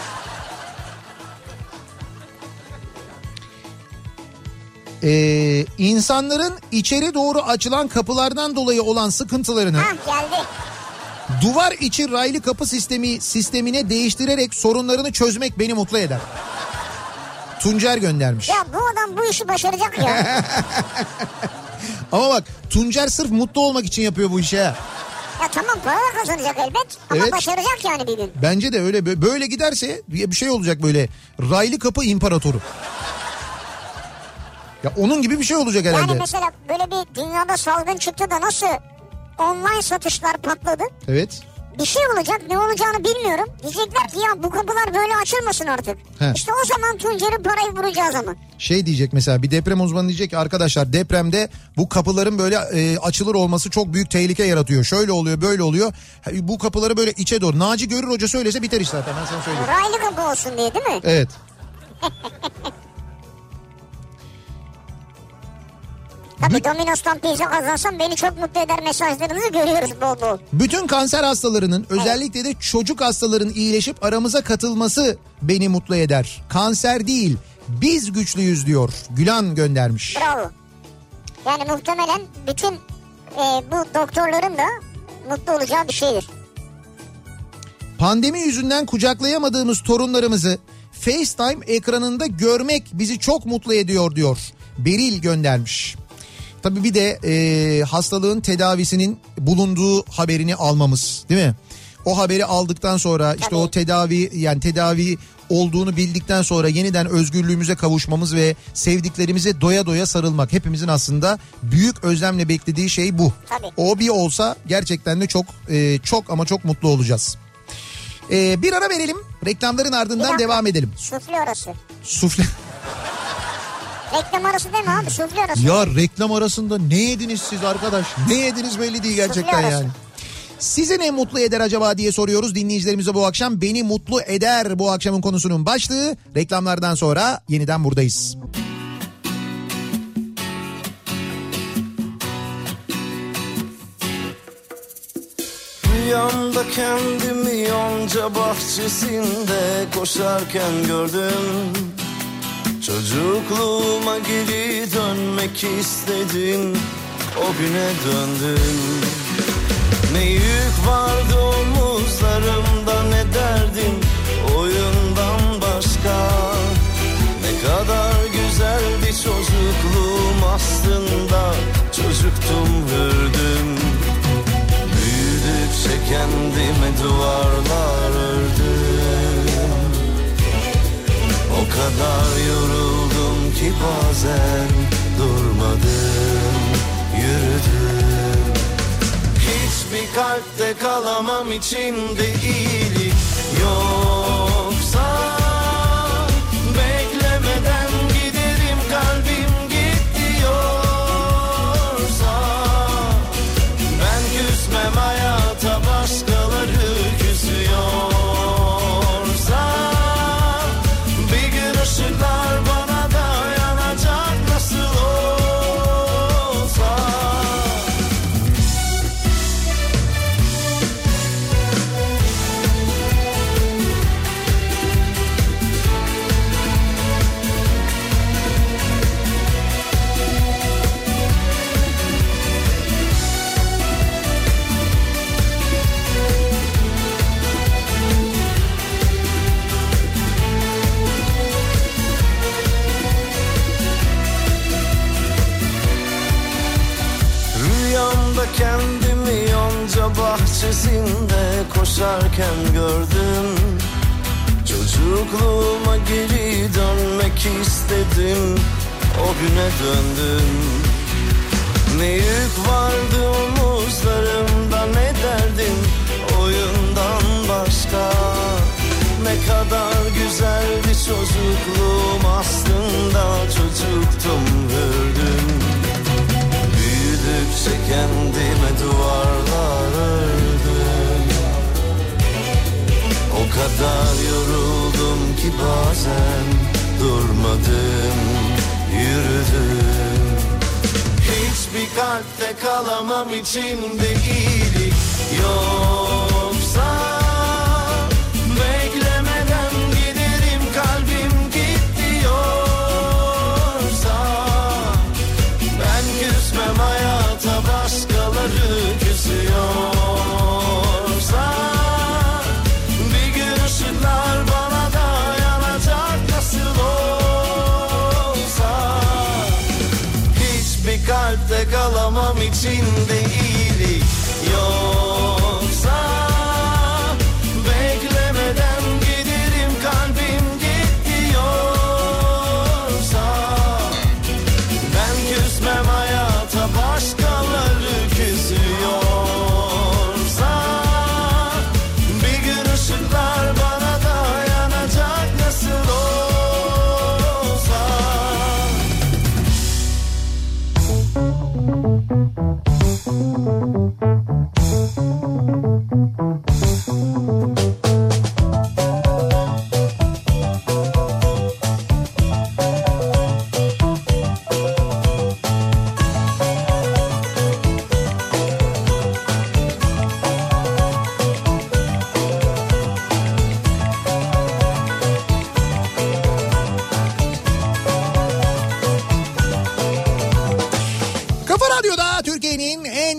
Ee, insanların içeri doğru açılan kapılardan dolayı olan sıkıntılarını Hah, geldi. duvar içi raylı kapı sistemi sistemine değiştirerek sorunlarını çözmek beni mutlu eder. Tuncer göndermiş. Ya bu adam bu işi başaracak ya. Ama bak, Tuncer sırf mutlu olmak için yapıyor bu işi ha. Ya tamam, para da kazanacak elbet. Ama Evet. başaracak yani bir gün. Bence de öyle, böyle giderse bir şey olacak, böyle raylı kapı imparatoru. Ya onun gibi bir şey olacak herhalde. Yani mesela böyle bir dünyada salgın çıktı da nasıl online satışlar patladı. Evet. Bir şey olacak, ne olacağını bilmiyorum. Diyecekler ki ya bu kapılar böyle açılmasın artık. He. İşte o zaman Tuncer'in parayı vuracağı zaman. Şey diyecek mesela, bir deprem uzmanı diyecek ki arkadaşlar, depremde bu kapıların böyle e, açılır olması çok büyük tehlike yaratıyor. Şöyle oluyor, böyle oluyor. Bu kapıları böyle içe doğru. Naci Görür Hoca söylese biter iş zaten, ben sana söyleyeyim. Raylı kapı olsun diye, değil mi? Evet. Tabii Bir Domino's'tan pizza kazansam beni çok mutlu eder mesajlarınızı görüyoruz bol bol. Bütün kanser hastalarının özellikle de çocuk hastaların iyileşip aramıza katılması beni mutlu eder. Kanser değil, biz güçlüyüz diyor. Gülan göndermiş. Bravo. Yani muhtemelen bütün e, bu doktorların da mutlu olacağı bir şeydir. Pandemi yüzünden kucaklayamadığımız torunlarımızı FaceTime ekranında görmek bizi çok mutlu ediyor diyor. Beril göndermiş. Tabii bir de e, hastalığın tedavisinin bulunduğu haberini almamız, değil mi? O haberi aldıktan sonra işte Tabii. o tedavi yani tedavi olduğunu bildikten sonra yeniden özgürlüğümüze kavuşmamız ve sevdiklerimize doya doya sarılmak. Hepimizin aslında büyük özlemle beklediği şey bu. Tabii. O bir olsa gerçekten de çok e, çok ama çok mutlu olacağız. E, bir ara verelim. Reklamların ardından devam edelim. Sufle arası. Sufle. Reklam arası deme abi, sufle arası. Ya reklam arasında ne yediniz siz arkadaş? Ne yediniz belli değil gerçekten yani. Sizi ne mutlu eder acaba diye soruyoruz dinleyicilerimize bu akşam. Beni mutlu eder bu akşamın konusunun başlığı. Reklamlardan sonra yeniden buradayız. Rüyamda kendimi yonca bahçesinde koşarken gördüm. Çocukluğuma geri dönmek istedim. O güne döndüm. Ne yük vardı omuzlarımda, ne derdim oyundan başka. Ne kadar güzeldi çocukluğum aslında. Çocuktum, hürdüm. Büyüdükçe kendime duvarlar ördüm. O kadar yoruldum ki bazen durmadım, yürüdüm. Hiçbir kalpte kalamam, içimde iyilik yoksa. Beklemeden giderim, kalbim git diyorsa. Ben küsmem hayata, başkaları küsüyorsa. Bir gün ışıklar bana da yanacak nasıl olsa. Kendimi yonca bahçesinde koşarken gördüm. Çocukluğuma geri dönmek istedim. O güne döndüm. Ne yük vardı omuzlarımda, ne derdim oyundan başka. Ne kadar güzeldi çocukluğum aslında. Çocuktum, hürdüm. Büyüdükçe kendime duvarlar ördüm. O kadar yoruldum ki bazen durmadım, yürüdüm. Hiçbir kalpte kalamam, içimde iyilik yoksa. Beklemeden giderim, kalbim git diyorsa. Ben küsmem hayata, başkaları küsüyorsa. Bir gün ışıklar bana da yanacak nasıl olsa. Hiçbir kalpte kalamam, içinde iyilik yoksa. Beklemeden giderim, kalbim git diyorsa. Ben küsmem hayata, başkaları küsüyorsa. Bir gün ışıklar bana da yanacak nasıl olsa.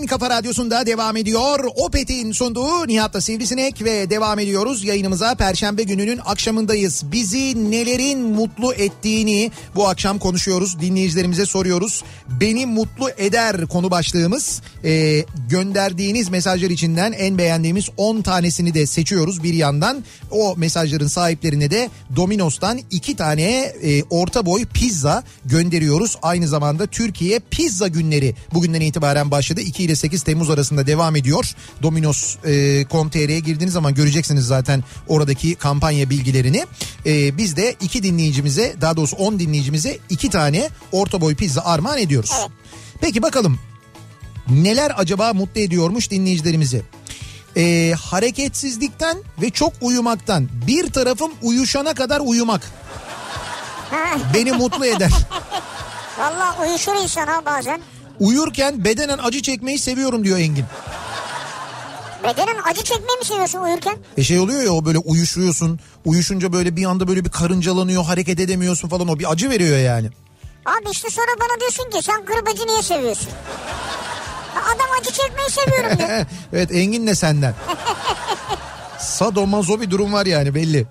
Kafa Radyosu'nda devam ediyor. Opet'in sunduğu Nihat'la Sivrisinek ve devam ediyoruz. Yayınımıza Perşembe gününün akşamındayız. Bizi nelerin mutlu ettiğini bu akşam konuşuyoruz. Dinleyicilerimize soruyoruz. Beni mutlu eder konu başlığımız. Ee, gönderdiğiniz mesajlar içinden en beğendiğimiz on tanesini de seçiyoruz bir yandan. O mesajların sahiplerine de Domino's'tan iki tane e, orta boy pizza gönderiyoruz. Aynı zamanda Türkiye Pizza Günleri bugünden itibaren başladı. iki ile sekiz Temmuz arasında devam ediyor. Dominos nokta com nokta tr'ye girdiğiniz zaman göreceksiniz zaten oradaki kampanya bilgilerini. E, biz de iki dinleyicimize, daha doğrusu on dinleyicimize iki tane orta boy pizza armağan ediyoruz. Evet. Peki bakalım neler acaba mutlu ediyormuş dinleyicilerimizi? E, hareketsizlikten ve çok uyumaktan, bir tarafım uyuşana kadar uyumak beni mutlu eder. Vallahi uyuşur insan ha bazen. Uyurken bedenen acı çekmeyi seviyorum diyor Engin. Bedenen acı çekmeyi mi seviyorsun uyurken? E şey oluyor ya, o böyle uyuşuyorsun. Uyuşunca böyle bir anda böyle bir karıncalanıyor, hareket edemiyorsun falan, o bir acı veriyor yani. Abi işte sonra bana diyorsun ki sen kırbacı niye seviyorsun? Adam acı çekmeyi seviyorum diyor. Evet, Engin de senden. Sadomazo bir durum var yani belli.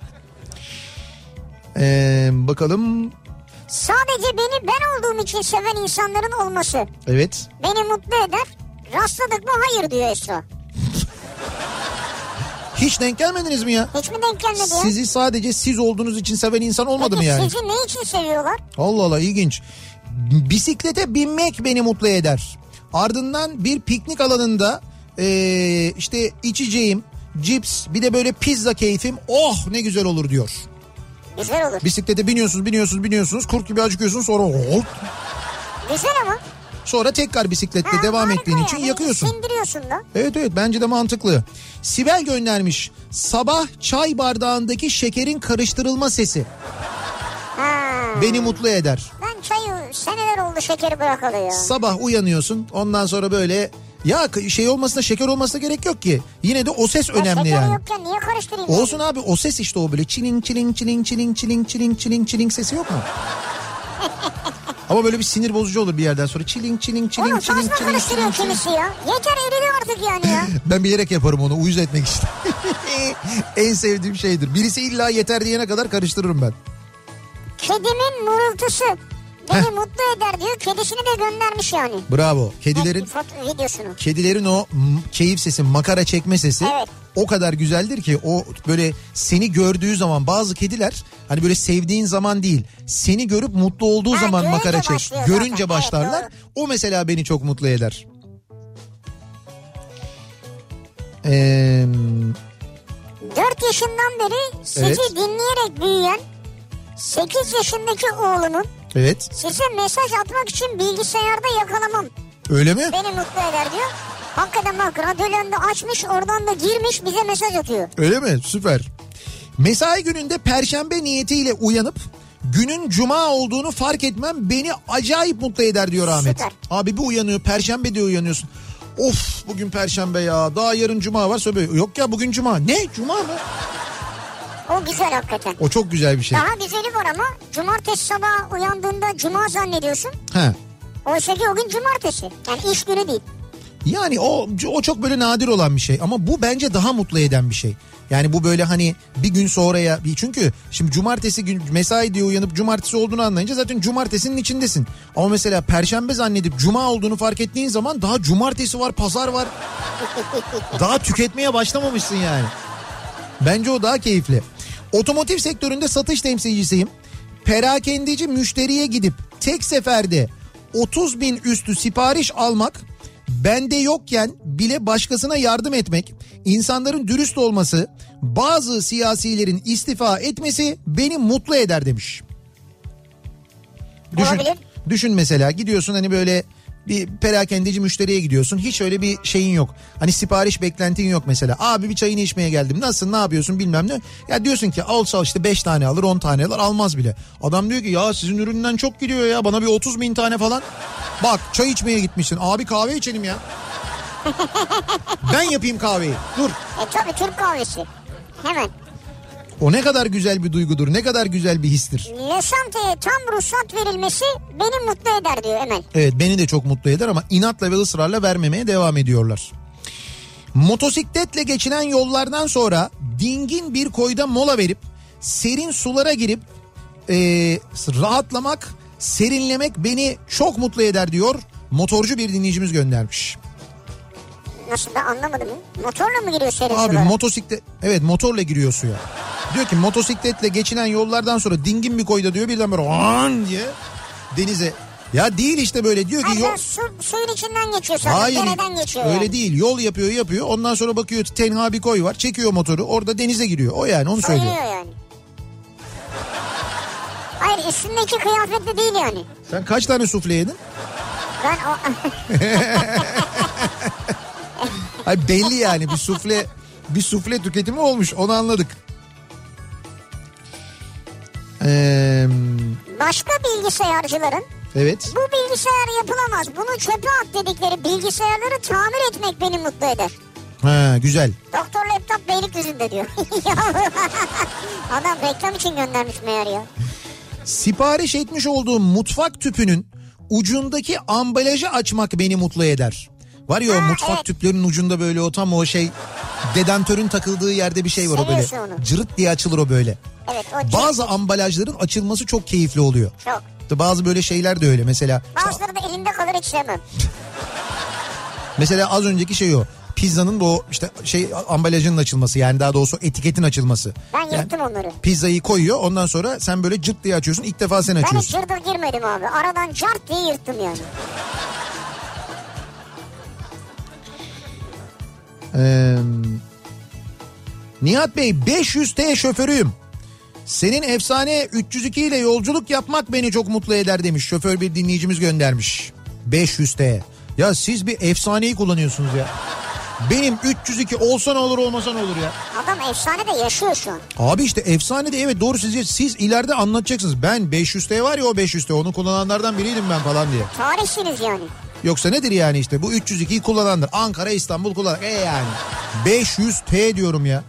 Ee, bakalım. Sadece beni ben olduğum için seven insanların olması. Evet. Beni mutlu eder. Rastladık mı hayır diyor Esra. Hiç denk gelmediniz mi ya? Hiç mi denk gelmedi ya? Sizi sadece siz olduğunuz için seven insan olmadı Peki, mı yani? sizi ne için seviyorlar? Allah Allah, ilginç. Bisiklete binmek beni mutlu eder. Ardından bir piknik alanında ee, işte içeceğim, cips, bir de böyle pizza keyfim, oh ne güzel olur diyor. Güzel olur. Bisiklete biniyorsunuz biniyorsunuz biniyorsunuz, kurt gibi acıkıyorsunuz, sonra oh. Güzel ama. Sonra tekrar bisikletle Ha, devam harika ettiğin yani. için yakıyorsun. Sindiriyorsun da. Evet evet, bence de mantıklı. Sibel göndermiş. Sabah çay bardağındaki şekerin karıştırılma sesi Ha. beni mutlu eder. Ben çayı seneler oldu şekeri bırakalı ya. Sabah uyanıyorsun, ondan sonra böyle ya şey olmasına, şeker olmasına gerek yok ki. Yine de o ses ya önemli yani. yokken niye karıştırayım? Olsun yani? abi, o ses işte, o böyle çiling çiling çiling çiling çiling çiling çiling çiling sesi yok mu? Ama böyle bir sinir bozucu olur bir yerden sonra. Çiling çiling çiling Oğlum çiling fazla çiling karıştırıyor çiling. kimisi ya. Yeter eridi artık yani ya. Ben bilerek yaparım onu, uyuz etmek için. En sevdiğim şeydir. Birisi illa yeter diyene kadar karıştırırım ben. Kedimin mırıltısı beni Heh. mutlu eder diyor. Kedisini de göndermiş yani. Bravo. Kedilerin foto, videosunu. Kedilerin o m- keyif sesi, makara çekme sesi evet. o kadar güzeldir ki, o böyle seni gördüğü zaman, bazı kediler hani böyle sevdiğin zaman değil, seni görüp mutlu olduğu ha, zaman makara çek. Görünce zaten. başlarlar. Evet, o mesela beni çok mutlu eder. Eee dört yaşından beri sizi evet. dinleyerek büyüyen sekiz yaşındaki oğlumun evet. size mesaj atmak için bilgisayarda yakalamam. Öyle mi? Beni mutlu eder diyor. Hakikaten bak, radyonda açmış, oradan da girmiş bize mesaj atıyor. Öyle mi? Süper. Mesai gününde perşembe niyetiyle uyanıp günün cuma olduğunu fark etmem beni acayip mutlu eder diyor Ahmet. Süper. Abi bir uyanıyor, perşembe diye uyanıyorsun. Of bugün perşembe ya, daha yarın cuma var, söyle yok ya bugün cuma. Ne, cuma mı? O güzel hakikaten. O çok güzel bir şey. Daha güzeli var ama cumartesi sabah uyandığında cuma zannediyorsun. He. Oysa ki o gün cumartesi. Yani iş günü değil. Yani o o çok böyle nadir olan bir şey, ama bu bence daha mutlu eden bir şey. Yani bu böyle hani bir gün sonraya, çünkü şimdi cumartesi gün mesai diye uyanıp cumartesi olduğunu anlayınca zaten cumartesinin içindesin. Ama mesela perşembe zannedip cuma olduğunu fark ettiğin zaman daha cumartesi var, pazar var. Daha tüketmeye başlamamışsın yani. Bence o daha keyifli. Otomotiv sektöründe satış temsilcisiyim. Perakendeci müşteriye gidip tek seferde otuz bin üstü sipariş almak, bende yokken bile başkasına yardım etmek, insanların dürüst olması, bazı siyasilerin istifa etmesi beni mutlu eder demiş. Düşün, Olabilir. düşün mesela, gidiyorsun hani böyle bir perakendeci müşteriye gidiyorsun, hiç öyle bir şeyin yok. Hani sipariş beklentin yok mesela. Abi bir çayını içmeye geldim, nasılsın, ne yapıyorsun, bilmem ne. Ya diyorsun ki alsa işte beş tane alır, on tane alır, almaz bile. Adam diyor ki ya sizin üründen çok gidiyor ya, bana bir otuz bin tane falan. Bak çay içmeye gitmişsin, abi kahve içelim ya. Ben yapayım kahveyi, dur. E tabii Türk kahvesi. Hemen. O ne kadar güzel bir duygudur, ne kadar güzel bir histir. Yaşantıya tam ruhsat verilmesi beni mutlu eder diyor Emel. Evet, beni de çok mutlu eder ama inatla ve ısrarla vermemeye devam ediyorlar. Motosikletle geçilen yollardan sonra dingin bir koyda mola verip serin sulara girip e, rahatlamak, serinlemek beni çok mutlu eder diyor. Motorcu bir dinleyicimiz göndermiş. Nasıl, ben anlamadım. Motorla mı giriyor serin Abi sulara? motosiklet, evet motorla giriyor suya. Diyor ki motosikletle geçilen yollardan sonra dingin bir koyda diyor birden böyle "Aan!" diye denize. Ya değil işte böyle diyor ki. Hayır, yol... su, suyun içinden geçiyor sanırım. Hayır, dereden geçiyor öyle yani. değil, yol yapıyor yapıyor ondan sonra bakıyor tenha bir koy var, çekiyor motoru, orada denize giriyor, o yani onu söylüyor. Soyuyor yani. Hayır, üstündeki kıyafetli değil yani. Sen kaç tane sufle yedin? Ben o... Hayır, belli yani bir sufle bir sufle tüketimi olmuş, onu anladık. Ee, Başka bilgisayarcıların evet. bu bilgisayar yapılamaz, bunu çöpe at dedikleri bilgisayarları tamir etmek beni mutlu eder. Ha, güzel. Doktor Laptop Beylikdüzü'nde diyor. Adam reklam için göndermiş meğer ya. Sipariş etmiş olduğum mutfak tüpünün ucundaki ambalajı açmak beni mutlu eder. Var ya o Ha, mutfak evet. tüplerinin ucunda böyle o tam o şey dedantörün takıldığı yerde bir şey var o böyle. Seviyorsun onu. Cırıt diye açılır o böyle. Evet, o Bazı cırt- ambalajların açılması çok keyifli oluyor. Çok. Bazı böyle şeyler de öyle mesela. işte- Bazıları da elimde kalır, hiç sevmem. mesela az önceki şey o. Pizzanın da o işte şey ambalajının açılması, yani daha doğrusu etiketin açılması. Ben Yani yırttım onları. pizzayı koyuyor, ondan sonra sen böyle cırt diye açıyorsun, ilk defa sen Ben hiç açıyorsun. cırdır girmedim abi. Aradan cart diye yırttım yani. Ee, Nihat Bey, beş yüz T şoförüyüm. Senin efsane üç yüz iki ile yolculuk yapmak beni çok mutlu eder demiş. Şoför bir dinleyicimiz göndermiş. beş yüz T. Ya siz bir efsaneyi kullanıyorsunuz ya. Benim üç yüz iki olsa ne olur, olmasa ne olur ya. Adam efsane de yaşıyor şu an. Abi işte efsane de evet, doğru, siz, siz ileride anlatacaksınız. Ben beş yüz T var ya, o beş yüz T onu kullananlardan biriydim ben falan diye. Tarihsiniz yani. Yoksa nedir yani, işte bu üç yüz ikiyi kullananlar. Ankara, İstanbul kullanan. E yani beş yüz T diyorum ya.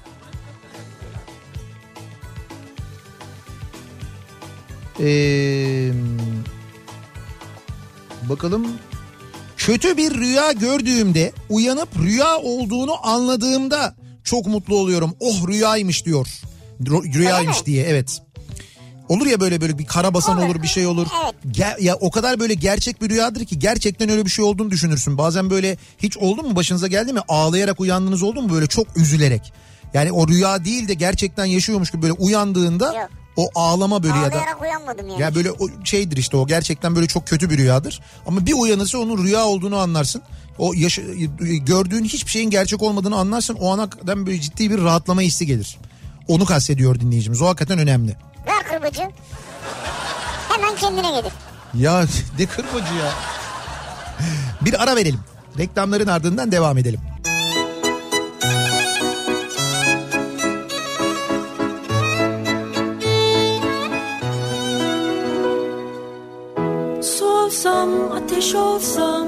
Ee, bakalım. Kötü bir rüya gördüğümde uyanıp rüya olduğunu anladığımda çok mutlu oluyorum. Oh, rüyaymış diyor. Rüyaymış mi? diye, evet. Olur ya böyle böyle bir karabasan olur, Olur. bir şey olur. Evet. Ger- ya o kadar böyle gerçek bir rüyadır ki gerçekten öyle bir şey olduğunu düşünürsün. Bazen böyle hiç oldu mu, başınıza geldi mi, ağlayarak uyandığınız oldu mu, böyle çok üzülerek. Yani o rüya değil de gerçekten yaşıyormuş gibi böyle uyandığında Yok. o ağlama böyle ya da. Ağlayarak uyanmadım yani. Ya böyle o şeydir işte, o gerçekten böyle çok kötü bir rüyadır. Ama bir uyanırsa onun rüya olduğunu anlarsın. O yaşa- gördüğün hiçbir şeyin gerçek olmadığını anlarsın. O anadan böyle ciddi bir rahatlama hissi gelir. Onu kastediyor dinleyicimiz. O hakikaten önemli. Ver kırbacı. Hemen kendine gelir. Ya ne kırbacı ya. Bir ara verelim. Reklamların ardından devam edelim. Su olsam, ateş olsam,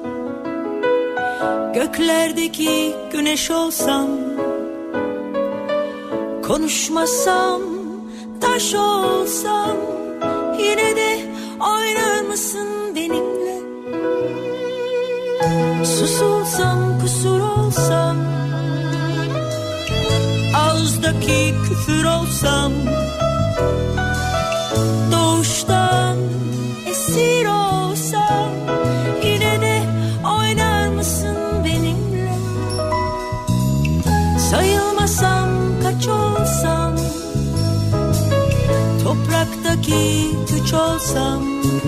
göklerdeki güneş olsam, konuşmasam, taş olsam, yine de oynar mısın benimle? Sus olsam, kusur olsam, ağızdaki küfür olsam, doğuştan esir olsam, yine de oynar mısın benimle? Sayılmasam, kaç olsam, topraktaki güç olsam,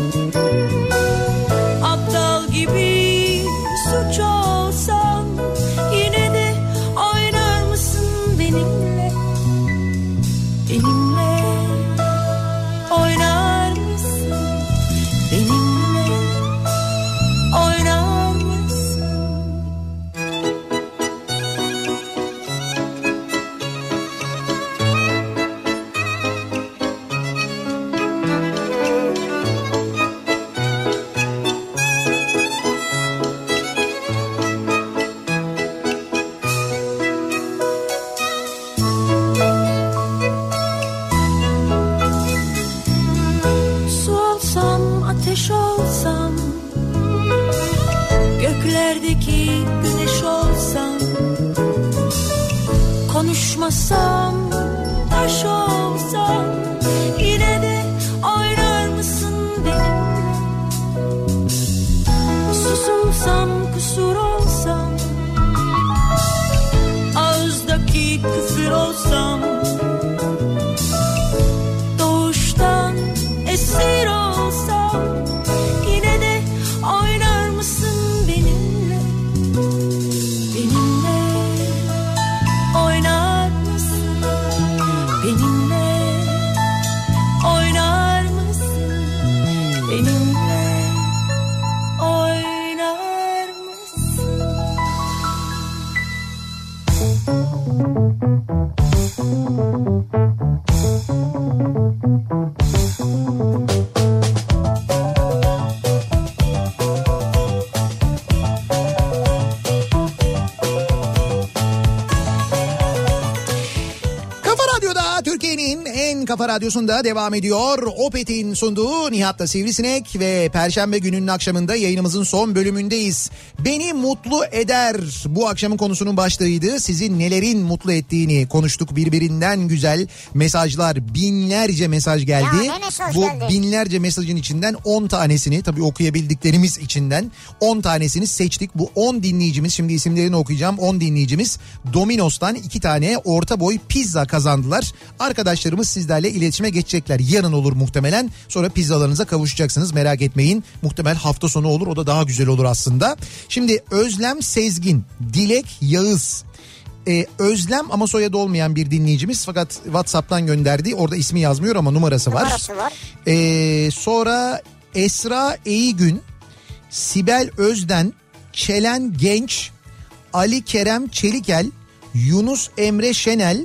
aptal gibi suç olsam, yine de oynar mısın benimle? Benimle oynar mısın? Benimle oynar mısın? ateş olsam, göklerdeki güneş olsam, konuşmasam, taş olsam, yine de oynar mısın benimle? Susumsam, kusur olsam, ağızdaki küfür olsam, doğuştan esir olsam, yine de oynar mısın benimle? Benimle oynar mısın? Benimle oynar mısın? Benimle oynar mısın? Kafa Radyosu'nda devam ediyor. Opet'in sunduğu Nihat'la Sivrisinek ve Perşembe gününün akşamında yayınımızın son bölümündeyiz. Beni mutlu eder bu akşamın konusunun başlığıydı. Sizi nelerin mutlu ettiğini konuştuk. Birbirinden güzel mesajlar, binlerce mesaj geldi. Ya, mesaj bu geldi? binlerce mesajın içinden on tanesini, tabii okuyabildiklerimiz içinden on tanesini seçtik. Bu on dinleyicimiz, şimdi isimlerini okuyacağım. on dinleyicimiz Domino's'tan iki tane orta boy pizza kazandılar. Arkadaşlarımız sizlerle iletişime geçecekler. Yarın olur muhtemelen. Sonra pizzalarınıza kavuşacaksınız. Merak etmeyin. Muhtemel hafta sonu olur. O da daha güzel olur aslında. Şimdi Özlem Sezgin, Dilek Yağız. Ee, Özlem ama soyadı olmayan bir dinleyicimiz. Fakat WhatsApp'tan gönderdi. Orada ismi yazmıyor ama numarası var. Numarası var. Ee, sonra Esra Eygün, Sibel Özden, Çelen Genç, Ali Kerem Çelikel, Yunus Emre Şenel,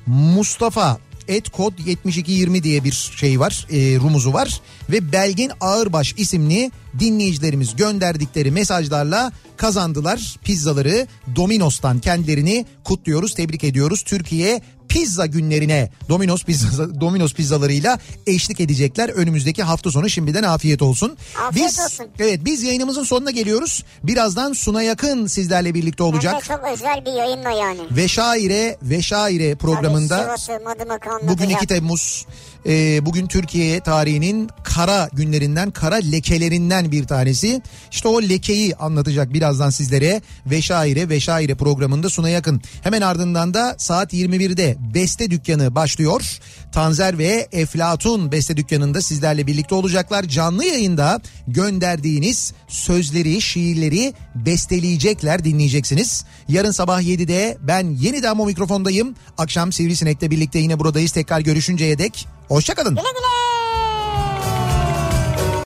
Mustafa et kod yetmiş iki yirmi diye bir şey var, e, rumuzu var ve Belgin Ağırbaş isimli dinleyicilerimiz gönderdikleri mesajlarla kazandılar pizzaları. Domino's'tan kendilerini kutluyoruz, tebrik ediyoruz. Türkiye pizza günlerine Domino's pizza Domino's pizzalarıyla eşlik edecekler önümüzdeki hafta sonu. Şimdiden afiyet olsun. Afiyet biz olsun. Evet, biz yayınımızın sonuna geliyoruz. Birazdan Suna Yakın sizlerle birlikte olacak. Hem de çok özel bir yayınla yani. Ve Şaire ve Şaire programında Tabii Sivas'ı, Madımak'ı bugün anlatacak. iki Temmuz, e, bugün Türkiye tarihinin kara günlerinden, kara lekelerinden bir tanesi. İşte o lekeyi anlatacak birazdan sizlere. Ve Şaire ve Şaire programında Suna Yakın. Hemen ardından da saat yirmi birde Beste Dükkanı başlıyor. Tanzer ve Eflatun Beste Dükkanı'nda sizlerle birlikte olacaklar. Canlı yayında gönderdiğiniz sözleri, şiirleri besteleyecekler, dinleyeceksiniz. Yarın sabah yedide ben yeniden bu mikrofondayım. Akşam Sivrisinek'le birlikte yine buradayız. Tekrar görüşünceye dek hoşça kalın. Güle güle.